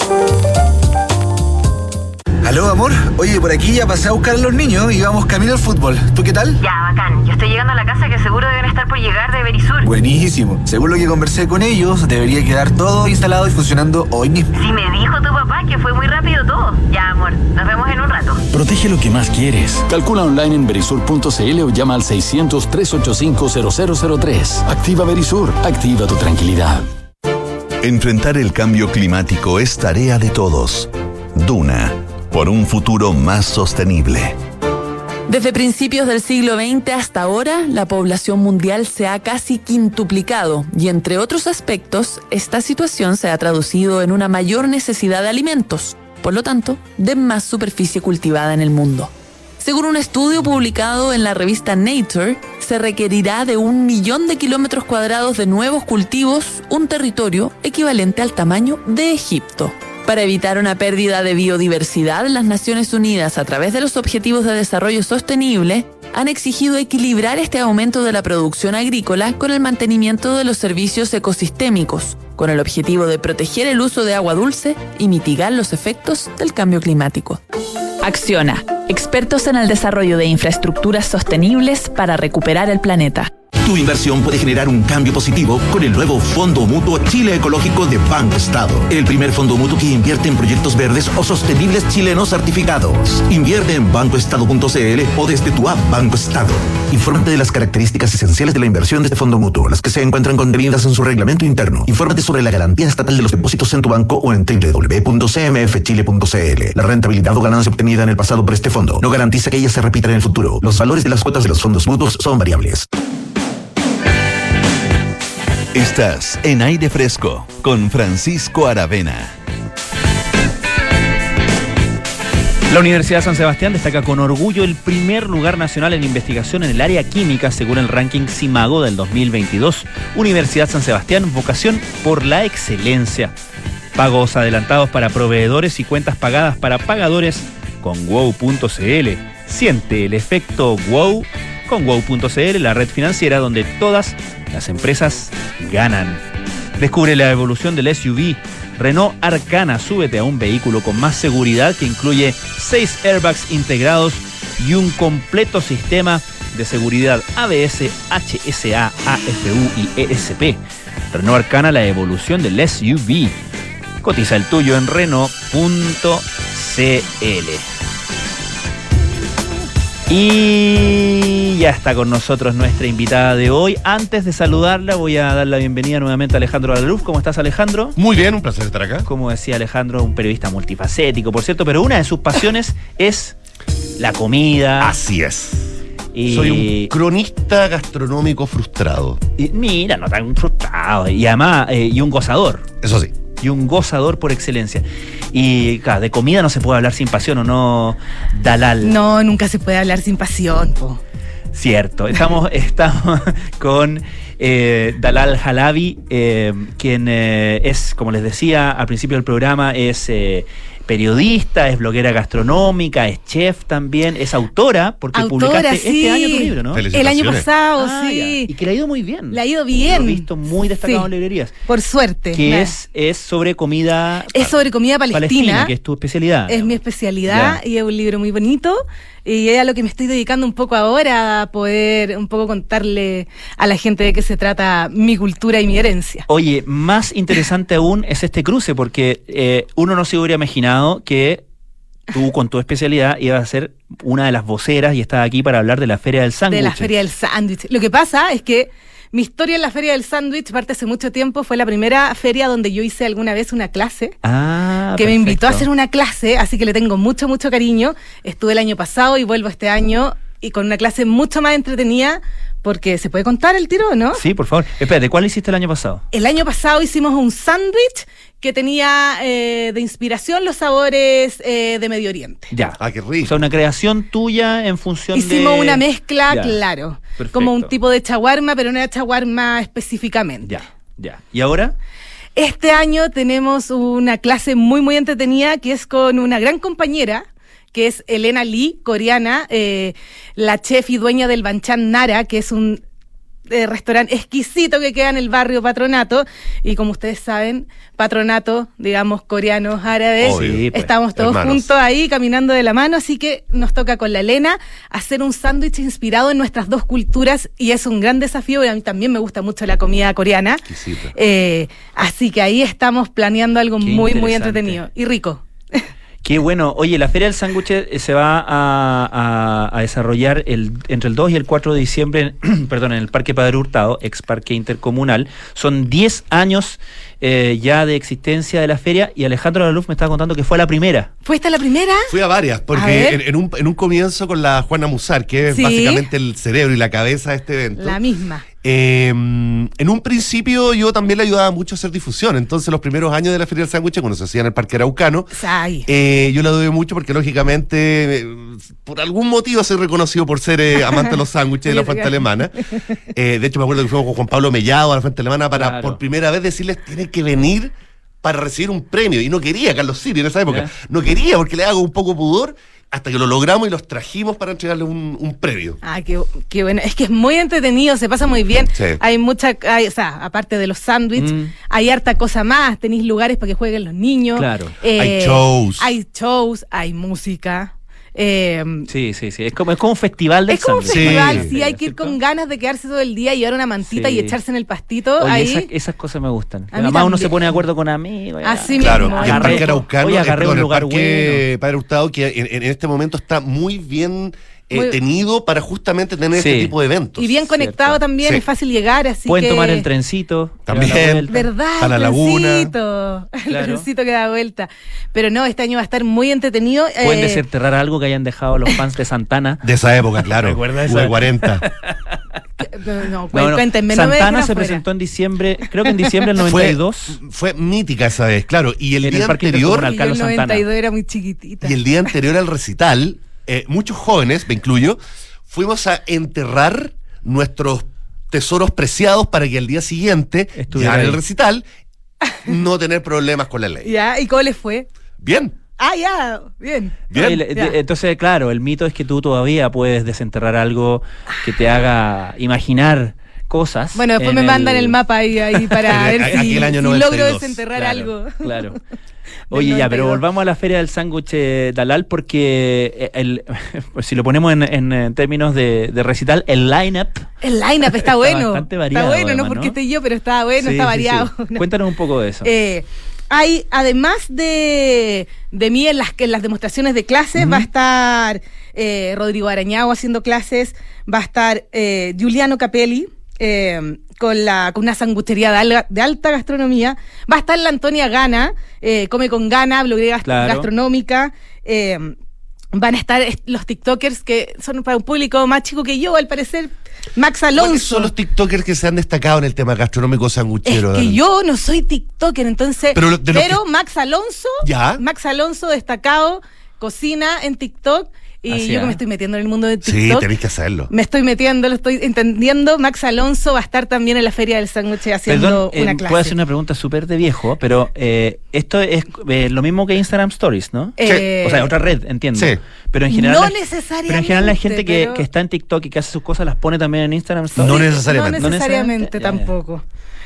Aló, amor. Oye, por aquí ya pasé a buscar a los niños y vamos camino al fútbol. ¿Tú qué tal? Ya, bacán. Yo estoy llegando a la casa que seguro deben estar por llegar de Verisur. Buenísimo. Según lo que conversé con ellos, debería quedar todo instalado y funcionando hoy mismo. Sí, me dijo tu papá que fue muy rápido todo. Ya, amor. Nos vemos en un rato. Protege lo que más quieres. Calcula online en verisur punto c l o llama al seiscientos, trescientos ochenta y cinco, cero cero cero tres. Activa Verisur. Activa tu tranquilidad. Enfrentar el cambio climático es tarea de todos. Duna, por un futuro más sostenible. Desde principios del siglo veinte hasta ahora, la población mundial se ha casi quintuplicado y, entre otros aspectos, esta situación se ha traducido en una mayor necesidad de alimentos, por lo tanto, de más superficie cultivada en el mundo. Según un estudio publicado en la revista Nature, se requerirá de un millón de kilómetros cuadrados de nuevos cultivos, un territorio equivalente al tamaño de Egipto. Para evitar una pérdida de biodiversidad, las Naciones Unidas, a través de los Objetivos de Desarrollo Sostenible, han exigido equilibrar este aumento de la producción agrícola con el mantenimiento de los servicios ecosistémicos, con el objetivo de proteger el uso de agua dulce y mitigar los efectos del cambio climático. Acciona, expertos en el desarrollo de infraestructuras sostenibles para recuperar el planeta. Tu inversión puede generar un cambio positivo con el nuevo Fondo Mutuo Chile Ecológico de Banco Estado. El primer fondo mutuo que invierte en proyectos verdes o sostenibles chilenos certificados. Invierte en banco estado punto c l o desde tu app Banco Estado. Infórmate de las características esenciales de la inversión de este fondo mutuo, las que se encuentran contenidas en su reglamento interno. Infórmate sobre la garantía estatal de los depósitos en tu banco o en doble u doble u doble u punto c m f chile punto c l. La rentabilidad o ganancia obtenida en el pasado por este fondo no garantiza que ella se repita en el futuro. Los valores de las cuotas de los fondos mutuos son variables. Estás en Aire Fresco con Francisco Aravena. La Universidad de San Sebastián destaca con orgullo el primer lugar nacional en investigación en el área química según el ranking CIMAGO del dos mil veintidós. Universidad San Sebastián, vocación por la excelencia. Pagos adelantados para proveedores y cuentas pagadas para pagadores con wow punto c l. Siente el efecto wow con wow punto c l, la red financiera donde todas las empresas ganan. Descubre la evolución del S U V Renault Arcana. Súbete a un vehículo con más seguridad que incluye seis airbags integrados y un completo sistema de seguridad A B S, H S A, A F U y E S P. Renault Arcana, la evolución del S U V. Cotiza el tuyo en Renault punto c l. Y ya está con nosotros nuestra invitada de hoy. Antes de saludarla, voy a dar la bienvenida nuevamente a Alejandro Lalaruz. ¿Cómo estás, Alejandro? Muy bien, un placer estar acá. Como decía Alejandro, un periodista multifacético, por cierto, pero una de sus pasiones es la comida. Así es. Y... Soy un cronista gastronómico frustrado. Y mira, no tan frustrado. Y además, eh, y un gozador. Eso sí. Y un gozador por excelencia. Y claro, de comida no se puede hablar sin pasión, ¿o no, Dalal? No, nunca se puede hablar sin pasión, po. Cierto. Estamos, estamos con eh, Dalal Halabi, eh, quien eh, es, como les decía al principio del programa, es eh, periodista, es bloguera gastronómica, es chef también, es autora, porque autora, publicaste sí. este año tu libro, ¿no? El año pasado, ah, sí. Ya. Y que le ha ido muy bien. Le ha ido bien. Lo he visto muy destacado sí. en librerías. Por suerte. Que nah. es, es sobre comida... Es sobre comida palestina. Palestina, que es tu especialidad. Es mi especialidad ya. Y es un libro muy bonito. Y es a lo que me estoy dedicando un poco ahora, a poder un poco contarle a la gente de qué se trata mi cultura y mi herencia. Oye, más interesante aún es este cruce, porque eh, uno no se hubiera imaginado que tú con tu especialidad ibas a ser una de las voceras y estás aquí para hablar de la Feria del Sándwich. De la Feria del Sándwich. Lo que pasa es que mi historia en la Feria del Sándwich parte hace mucho tiempo. Fue la primera feria donde yo hice alguna vez una clase. Ah, que perfecto. Me invitó a hacer una clase, así que le tengo mucho, mucho cariño. Estuve el año pasado y vuelvo este año y con una clase mucho más entretenida, porque ¿se puede contar el tiro, no? Sí, por favor. Espérate, ¿cuál hiciste el año pasado? El año pasado hicimos un sándwich que tenía eh, de inspiración los sabores eh, de Medio Oriente. Ya. Ah, qué rico. O sea, una creación tuya en función Hicimos de... Hicimos una mezcla, ya. claro. Perfecto. Como un tipo de chaguarma, pero no era chaguarma específicamente. Ya, ya. ¿Y ahora? Este año tenemos una clase muy, muy entretenida que es con una gran compañera, que es Elena Lee, coreana, eh, la chef y dueña del Banchan Nara, que es un eh, restaurante exquisito que queda en el barrio Patronato. Y como ustedes saben, Patronato, digamos, coreanos, árabes, sí, pues, estamos todos hermanos. juntos ahí caminando de la mano, así que nos toca con la Elena hacer un sándwich inspirado en nuestras dos culturas y es un gran desafío y a mí también me gusta mucho la comida coreana. Eh, así que ahí estamos planeando algo Qué muy, muy interesante. entretenido y rico. Qué bueno. Oye, la Feria del Sándwich eh, se va a, a, a desarrollar el, entre el dos y el cuatro de diciembre, perdón, en el Parque Padre Hurtado, ex Parque Intercomunal. Son diez años eh, ya de existencia de la feria y Alejandro Laluf me estaba contando que fue la primera. ¿Fuiste a la primera? Fui a varias, A porque ver. en, en un, en un comienzo con la Juana Musar, que es Sí. básicamente el cerebro y la cabeza de este evento. La misma. Eh, en un principio yo también le ayudaba mucho a hacer difusión, entonces los primeros años de la Feria del Sándwich, cuando se hacía en el Parque Araucano, Ay. eh, yo le doy mucho porque lógicamente eh, por algún motivo soy reconocido por ser eh, amante de los sándwiches de la Fuente Alemana. Eh, de hecho me acuerdo que fuimos con Juan Pablo Mellado a la Fuente Alemana para Claro. por primera vez decirles tienen que venir para recibir un premio, y no quería Carlos Sirio en esa época, Ya. no quería porque le hago un poco pudor, hasta que lo logramos y los trajimos para entregarle un, un premio. Ah, qué, qué bueno. Es que es muy entretenido, se pasa muy bien. Sí. Hay mucha, hay, o sea, aparte de los sándwiches, Mm. hay harta cosa más. Tenéis lugares para que jueguen los niños. Claro. Hay shows. Hay shows, hay música. Eh, Sí, sí, sí. Es como, es como un festival del es como un sándwich. festival, Sí. sí, hay que ir con ganas de quedarse todo el día y llevar una mantita Sí. y echarse en el pastito. Oye, ahí. esas, esas cosas me gustan. A mí Además uno se también. pone de acuerdo con amigos. ya. Así Claro, mismo. y el Agarré- Parque Araucano, oye, eh, agarré perdón, un el lugar Parque Padre Hurtado, que en, en este momento está muy bien eh, Muy- tenido para justamente tener Sí. este tipo de eventos. Y bien conectado también, Sí. es fácil llegar, así Pueden que... tomar el trencito. También. llevar la vuelta. ¿Verdad? A la el laguna. trencito. El Claro. trencito que da vuelta. Pero no, este año va a estar muy entretenido. Pueden eh, desenterrar algo que hayan dejado los fans de Santana. De esa época, claro. ¿Recuerda Hubo esa? cuarenta. No, no, No, cuen- no. cuéntenme, no me Santana dejen se afuera. presentó en diciembre, creo que en diciembre del noventa y dos. Fue, fue mítica esa vez, claro. Y el En el día Parque anterior, Intercomunal. Y yo Carlos el Santana. noventa y dos era muy chiquitita. y el día anterior al recital, eh, muchos jóvenes, me incluyo, fuimos a enterrar nuestros tesoros preciados para que al día siguiente, Estuviera ya en el ahí. recital, no tener problemas con la ley. Ya, ¿y cómo les fue? Bien. Ah, ya, bien. Bien. Oye, le- Ya. de- entonces, claro, el mito es que tú todavía puedes desenterrar algo que te haga imaginar cosas. Bueno, después en me mandan el mapa ahí, ahí para ver Aquí si, el año si noventa y logro dos. desenterrar Claro, algo. Claro. Oye, ya, pero noventa y dos. volvamos a la Feria del Sándwich eh, Dalal, porque eh, el, pues si lo ponemos en, en, eh, términos de, de recital, el line-up. El line-up está, bueno. bastante variado, está bueno, además, no porque ¿no? esté yo, pero está bueno, Sí, está sí, variado. sí. Cuéntanos un poco de eso. Eh, hay, además de, de mí en las, en las demostraciones de clases, Ujú. va a estar eh, Rodrigo Arañago haciendo clases, va a estar eh, Giuliano Capelli eh, con, la, con una sanguchería de, alga- de alta gastronomía, va a estar la Antonia Gana, eh, Come con Gana, bloguera gast- Claro. gastronómica, eh, van a estar est- los TikTokers que son para un público más chico que yo, al parecer, Max ¿Cuáles Alonso. son los TikTokers que se han destacado en el tema gastronómico Es sanguchero? que Dani? yo no soy TikToker, entonces. Pero Pero, lo- de los que- Max Alonso, ¿Ya? Max Alonso destacado, cocina en TikTok. Y Así, yo ¿ah? que me estoy metiendo en el mundo de Sí, TikTok. tenéis que hacerlo. Me estoy metiendo, lo estoy entendiendo. Max Alonso va a estar también en la Feria del Sándwich haciendo Perdón, eh, una clase. puedo hacer una pregunta súper de viejo, pero eh, esto es eh, lo mismo que Instagram Stories, ¿no? Eh, O sea, otra red, entiendo. Sí. Pero en general, no la, necesariamente. pero en general la gente que, pero- que está en TikTok y que hace sus cosas las pone también en Instagram Stories. No necesariamente. No necesariamente Ya, ya. tampoco.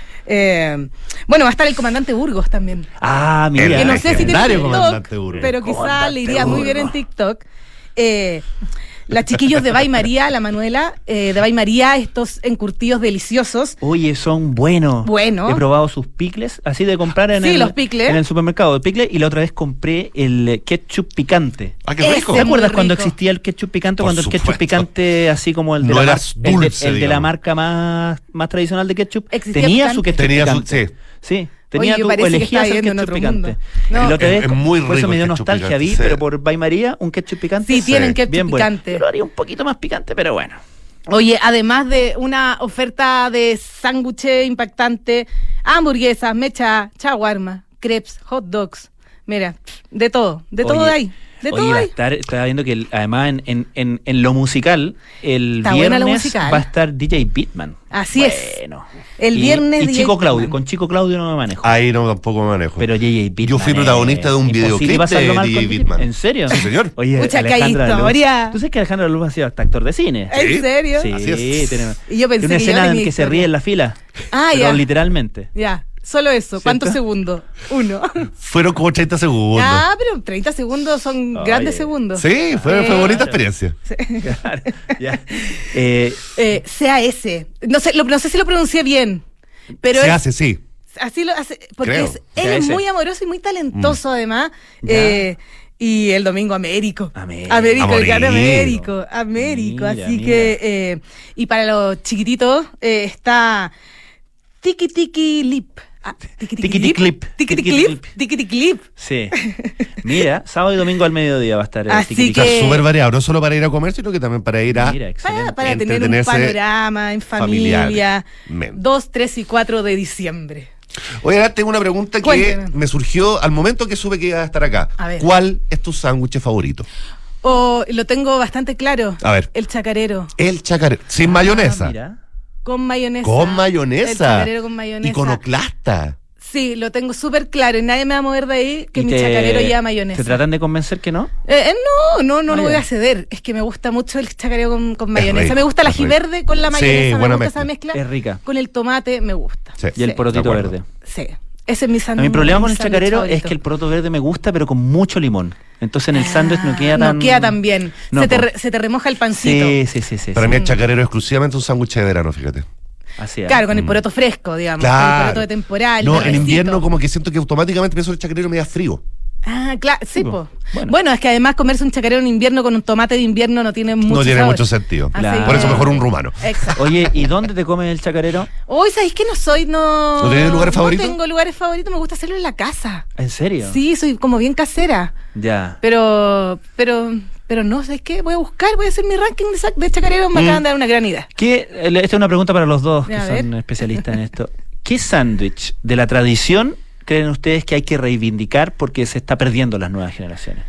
Eh, bueno, va a estar el comandante Burgos también. Ah, mira. El Que no sé si tiene legendario TikTok, comandante Burgos. pero quizá Comandante le iría muy bien en Burgos. TikTok. Eh, las chiquillos de Bay María, la Manuela, eh, de Bay María, estos encurtidos deliciosos. Oye, son buenos. Bueno. He probado sus picles, así de comprar en, Sí, el, los picles. en el supermercado de picles, y la otra vez compré el eh, ketchup picante. Ah, qué Ese rico. ¿Te es muy acuerdas cuando rico. existía el ketchup picante? Por Cuando el ketchup supuesto. picante, así como el de, No la, era mar- el de- dulce, el de la digamos. marca más, más tradicional de ketchup, ¿Existía tenía su picante? ketchup Tenía su- picante. sí. Sí, tenía Oye, tu, parece que elegías estaba el viviendo en ketchup otro mundo. picante. No. Y la otra Es- vez, es muy por eso rico me dio el ketchup nostalgia, picante, vi, sí. pero por Bay María, un ketchup picante. Sí, tienen ketchup bien bueno. picante. Yo lo haría un poquito más picante, pero bueno. Oye, además de una oferta de sándwiches impactante, hamburguesas, mecha, chaguarma, crepes, hot dogs. Mira, de todo, de todo Oye, hay. De Oye, todo va a hay. estar, estaba viendo que el- además en, en, en, en lo musical, el Está buena lo viernes musical. va a estar D J Beatman. Así Bueno. es. El Y- viernes Y D J Chico Claudio. Beatman. Con Chico Claudio no me manejo. Ahí no tampoco me manejo. Pero D J Beatman. Yo fui protagonista de un es imposible videoclip pasarlo de mal D J con Beatman. ¿En serio? Sí, señor. Oye, Pucha, qué Alejandra Luz. historia. ¿Tú sabes que Alejandra Luz ha sido hasta actor de cine? ¿En serio? Sí, Así es. tiene, Y yo pensé tiene una que yo escena en tenía que se historia. ríe en la fila. Ah, pero ya. literalmente. Ya, solo eso. ¿Cuántos ¿Cierto? segundos? Uno. Fueron como treinta segundos. Ah, pero treinta segundos son Oye. grandes segundos. Sí, fue, fue Eh, bonita experiencia. Claro, ya. Eh, Eh, C A S. No sé, lo- no sé si lo pronuncié bien, pero Se es- hace, sí. así lo hace, porque Creo. es- él C A S. es muy amoroso y muy talentoso además. Ya. Eh, Y el domingo Américo. Américo. Américo, el gran Américo. Américo. Américo. Mira, Así mira. que, eh, y para los chiquititos eh, está Tiki Tiki Lip. Ah, tiki Tiki Tiki Lip. Clip. Tiki Tiki Tiki Lip. Tiki Tiki Lip. Sí. Mira, sábado y domingo al mediodía va a estar el Así Tiki Tiki. que- Está súper variado, no solo para ir a comer, sino que también para ir a Mira, excelente. Para, para tener un entretenerse panorama en familia. familiarmente. dos, tres y cuatro de diciembre. Oye, ahora tengo una pregunta que Cuénteme. me surgió al momento que supe que iba a estar acá. A ver. ¿Cuál es tu sándwich favorito? O lo tengo bastante claro. A ver. El chacarero. El chacarero. Sin mayonesa. Mira. Con mayonesa. Con mayonesa. El chacarero con mayonesa. Iconoclasta. Sí, lo tengo súper claro y nadie me va a mover de ahí que ¿Y mi te- chacarero lleva mayonesa. ¿Te tratan de convencer que no? Eh, eh, no, no, no, Ah, no voy ya. a ceder. Es que me gusta mucho el chacarero con, con Es mayonesa. rico, me gusta el es ají rico. verde con la Sí, mayonesa. me buena gusta mezcla. esa mezcla. Es rica. Con el tomate me gusta. Sí. Y el de porotito acuerdo. verde. Sí. Ese es mi A sándwich. mi problema con el mi sándwich chacarero es favorito. que el poroto verde me gusta, pero con mucho limón. Entonces en el sándwich no queda Ah, tan... No queda tan bien. No, se, te po. re- se te remoja el pancito. Sí, sí, sí, sí. Para sí. mí el chacarero es exclusivamente un sándwich de verano, fíjate. Así es. Claro, con el Mm. poroto fresco, digamos. Con el Claro. poroto de temporal. No, en verdecito. invierno como que siento que automáticamente pienso en el chacarero medio frío. Ah, claro, sí, po. Bueno. Bueno. es que además comerse un chacarero en invierno con un tomate de invierno no tiene mucho no tiene sabor. mucho sentido. Así Claro. Por eso que- mejor un rumano. Exacto. Oye, ¿y dónde te comes el chacarero? Hoy, ¿sabéis que no soy? No. ¿No tienes lugares favoritos? No tengo lugares favoritos, me gusta hacerlo en la casa. ¿En serio? Sí, soy como bien casera. Ya. Pero, pero, pero no, ¿sabes qué? Voy a buscar, voy a hacer mi ranking de, sa- de chacareros, me Mm. acaban de dar una gran idea. ¿Qué, eh, esta es una pregunta para los dos, que A son ver. especialistas en esto. ¿Qué sándwich de la tradición creen ustedes que hay que reivindicar porque se está perdiendo las nuevas generaciones?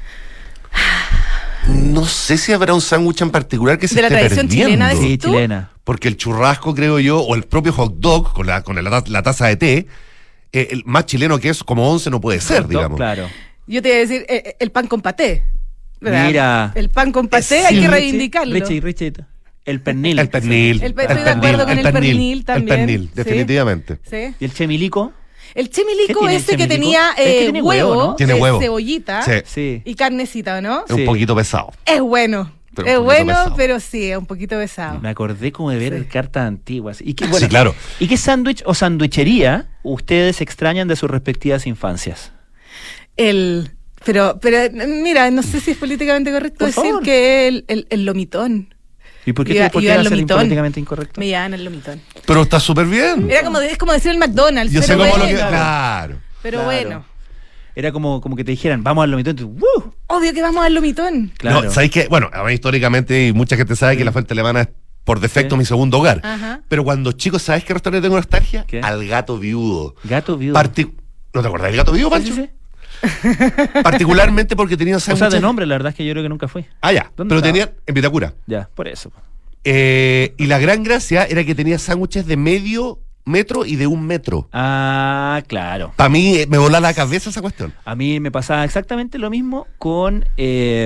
No sé si habrá un sándwich en particular que se De la esté tradición perdiendo. chilena, decís Sí, tú? chilena. Porque el churrasco, creo yo, o el propio hot dog con la, con la, la taza de té, eh, el más chileno que es como once no puede ser, Hot dog, digamos. Claro. Yo te iba a decir, eh, el pan con paté. ¿verdad? Mira. El pan con paté Sí, hay que Richie, reivindicarlo. Richie, Richie, el pernil. El pernil. El pe- estoy de acuerdo con el pernil también. El pernil, Sí. definitivamente. Sí. ¿Y el chemilico? El ¿Qué chemilico tiene el ese que chemilico? tenía Es que eh, tiene huevo, huevo, ¿no? Tiene eh, huevo. cebollita Sí. Sí. y carnecita, ¿no? Es un Sí. poquito pesado. Es bueno. Pero es un poquito bueno, pesado. pero sí, es un poquito pesado. Me acordé como de ver Sí. cartas antiguas. ¿Y qué, Sí, claro. ¿Y qué sándwich o sandwichería ustedes extrañan de sus respectivas infancias? El, pero, pero mira, no sé si es políticamente correcto Por decir favor. que el, el, el lomitón. ¿Y por qué, Iba- te- por qué iba va a al ser lomitón. políticamente incorrecto? Me llaman el lomitón. Pero está súper bien. Era como, es como decir el McDonald's, Yo sé pero cómo bueno. lo que. Claro. Pero Claro. bueno, Era como, como que te dijeran, vamos al lomitón. y tú, ¡uh! obvio que vamos al lomitón. Claro. No, ¿sabéis qué? Bueno, a ver, históricamente, y mucha gente sabe que la fuente alemana es por defecto Sí. mi segundo hogar. Ajá. Pero cuando chicos, ¿sabes qué restaurante tengo nostalgia? ¿Qué? Al Gato Viudo. Gato viudo. Parti- ¿No te acordás del Gato Viudo, Sí, Pancho? sí, sí. Particularmente porque tenía O sea, sándwiches. de nombre, la verdad es que yo creo que nunca fui. Ah, ya. ¿Dónde Pero estaba? tenía en Vitacura. Ya, por eso. Eh, y la gran gracia era que tenía sándwiches de medio metro y de un metro. Ah, claro. Para mí eh, me volá la cabeza esa cuestión. A mí me pasaba exactamente lo mismo con eh,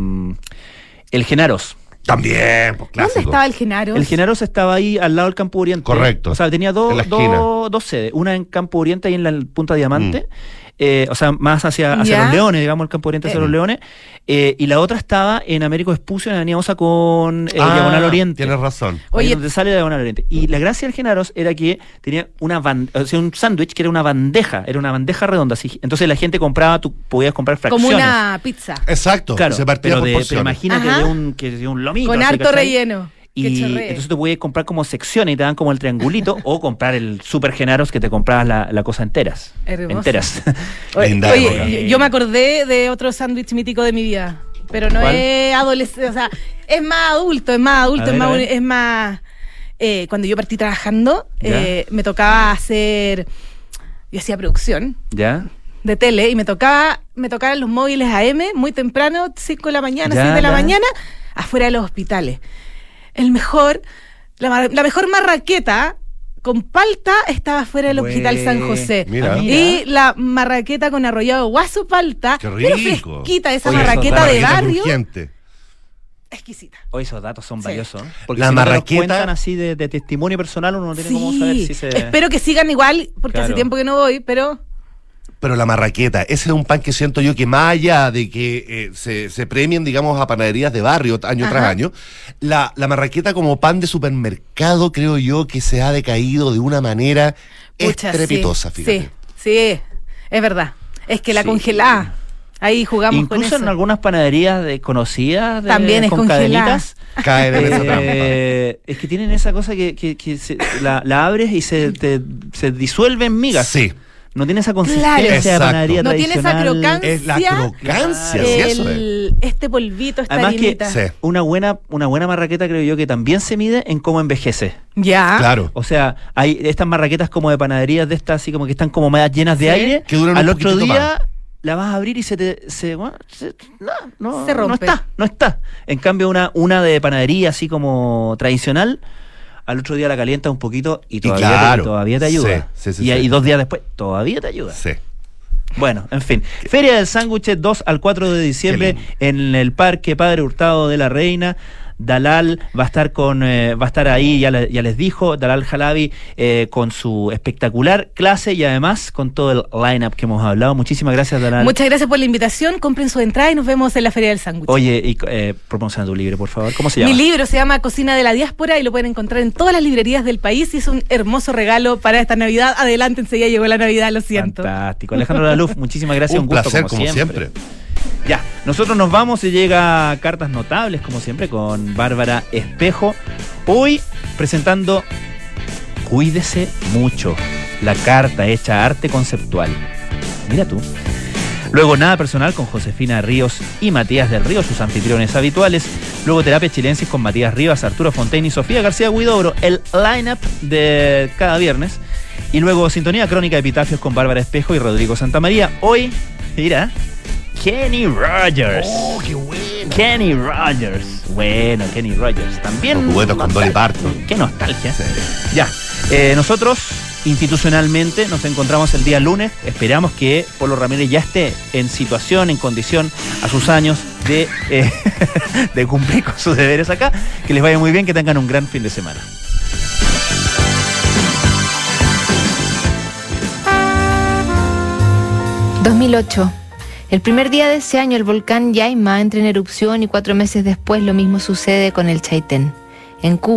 el Genaros. También, pues ¿Dónde clásico. estaba el Genaro? El Genaros estaba ahí al lado del Campo Oriente. Correcto. O sea, tenía dos En la esquina. dos- dos sedes. Una en Campo Oriente y en la Punta Diamante. Eh, o sea, más hacia, hacia Ya. los Leones, digamos, el Campo Oriente hacia Eh. los Leones. Eh, y la otra estaba en Américo Espucio, en Avenida Osa con eh, Ah, Diagonal Oriente. Tienes razón. Oye, Oye. donde sale Diagonal Oriente. Y la gracia del Genaros era que tenía una ban- o sea, un sándwich que era una bandeja, era una bandeja redonda. Así. Entonces la gente compraba, tú podías comprar Como fracciones. una pizza. Exacto. Claro, se partía pero, por de, porciones. pero imagínate Ajá. de un, que de un lomito. Con así, harto ¿cachai? relleno. Que Y chorree. entonces tú podías comprar como secciones y te dan como el triangulito o comprar el super Genaros que te comprabas la, la cosa enteras. Hermoso. Enteras. Oye, Linda oye, época. yo, yo me acordé de otro sándwich mítico de mi vida, pero no ¿Cuál? es adolescente, o sea, es más adulto, es más adulto, A es, ver, más, a ver. es más... eh, cuando yo partí trabajando, Ya. eh, me tocaba hacer... Yo hacía producción ¿Ya? de tele y me tocaba me tocaban los móviles A M muy temprano, cinco de la mañana, Ya, seis de la ya. mañana, afuera de los hospitales. El mejor, la, mar- la mejor marraqueta con palta estaba afuera del Güey. Hospital San José. Mira. Ah, mira. Y la marraqueta con arrollado guaso palta, Qué pero rico. fresquita, esa Oye, eso marraqueta da de Marraqueta barrio, crujiente. exquisita. Hoy esos datos son Sí. valiosos. ¿eh? Porque La si no te los marraqueta- cuentan así de, de testimonio personal, uno no tiene cómo saber Sí, si se... espero que sigan igual, porque hace Claro. tiempo que no voy, pero Pero la marraqueta, ese es un pan que siento yo que más allá de que eh, se, se premien, digamos, a panaderías de barrio año Ajá. tras año, la, la marraqueta como pan de supermercado creo yo que se ha decaído de una manera pucha, estrepitosa, sí, fíjate. Sí, sí, es verdad. Es que la Sí. congelada. Ahí jugamos con Incluso eso. en algunas panaderías de, conocidas de, También es con congelada. cadenitas. Cae de esa trampa. Eh, es que tienen esa cosa que, que, que se- la, la abres y se, te, se disuelve en migas. Sí. No tiene esa consistencia Claro. de Exacto. panadería No tiene esa tradicional. crocancia. Es la crocancia, sí, eso es. El- este polvito, esta Además que harinita. Sí. una buena, una buena marraqueta creo yo que también se mide en cómo envejece. Ya. Claro. O sea, hay estas marraquetas como de panaderías de estas así como que están como medias llenas de Sí. aire. Que duran Al un otro poquitito día la vas a abrir y se te se, bueno, se- no, no, Se rompe. no está, no está. En cambio una una de panadería así como tradicional, al otro día la calientas un poquito y todavía, claro. te, todavía te ayuda. Sí, sí, sí, y, sí. ahí dos días después todavía te ayuda. Sí. Bueno, en fin. Feria del Sándwich dos al cuatro de diciembre Qué en el Parque Padre Hurtado de la Reina. Dalal va a estar con eh, va a estar ahí, ya, le- ya les dijo, Dalal Jalabi eh, con su espectacular clase y además con todo el line-up que hemos hablado. Muchísimas gracias, Dalal. Muchas gracias por la invitación. Compren su entrada y nos vemos en la Feria del Sándwich. Oye, y eh, promociona tu libro, por favor. ¿Cómo se llama? Mi libro se llama Cocina de la Diáspora y lo pueden encontrar en todas las librerías del país y es un hermoso regalo para esta Navidad. Adelántense, ya llegó la Navidad, lo siento. Fantástico. Alejandro Laluf, muchísimas gracias. Un, Un, gusto, placer, como, como siempre. siempre. Ya, nosotros nos vamos y llega Cartas Notables, como siempre, con Bárbara Espejo. Hoy presentando Cuídese Mucho, la carta hecha arte conceptual. Mira tú. Luego Nada Personal con Josefina Ríos y Matías del Río, sus anfitriones habituales. Luego Terapia Chilensis con Matías Rivas, Arturo Fontaine y Sofía García Huidobro, el line-up de cada viernes. Y luego Sintonía Crónica de Epitafios con Bárbara Espejo y Rodrigo Santamaría. Hoy, mira, Kenny Rogers. Oh, qué bueno. Kenny Rogers. Bueno, Kenny Rogers. También. Los duetos con Dolly Parton. Qué nostalgia. Ya. Eh, nosotros, institucionalmente, nos encontramos el día lunes. Esperamos que Polo Ramírez ya esté en situación, en condición, a sus años de, eh, de cumplir con sus deberes acá. Que les vaya muy bien, que tengan un gran fin de semana. dos mil ocho. El primer día de ese año el volcán Yaima entra en erupción y cuatro meses después lo mismo sucede con el Chaitén. En Cuba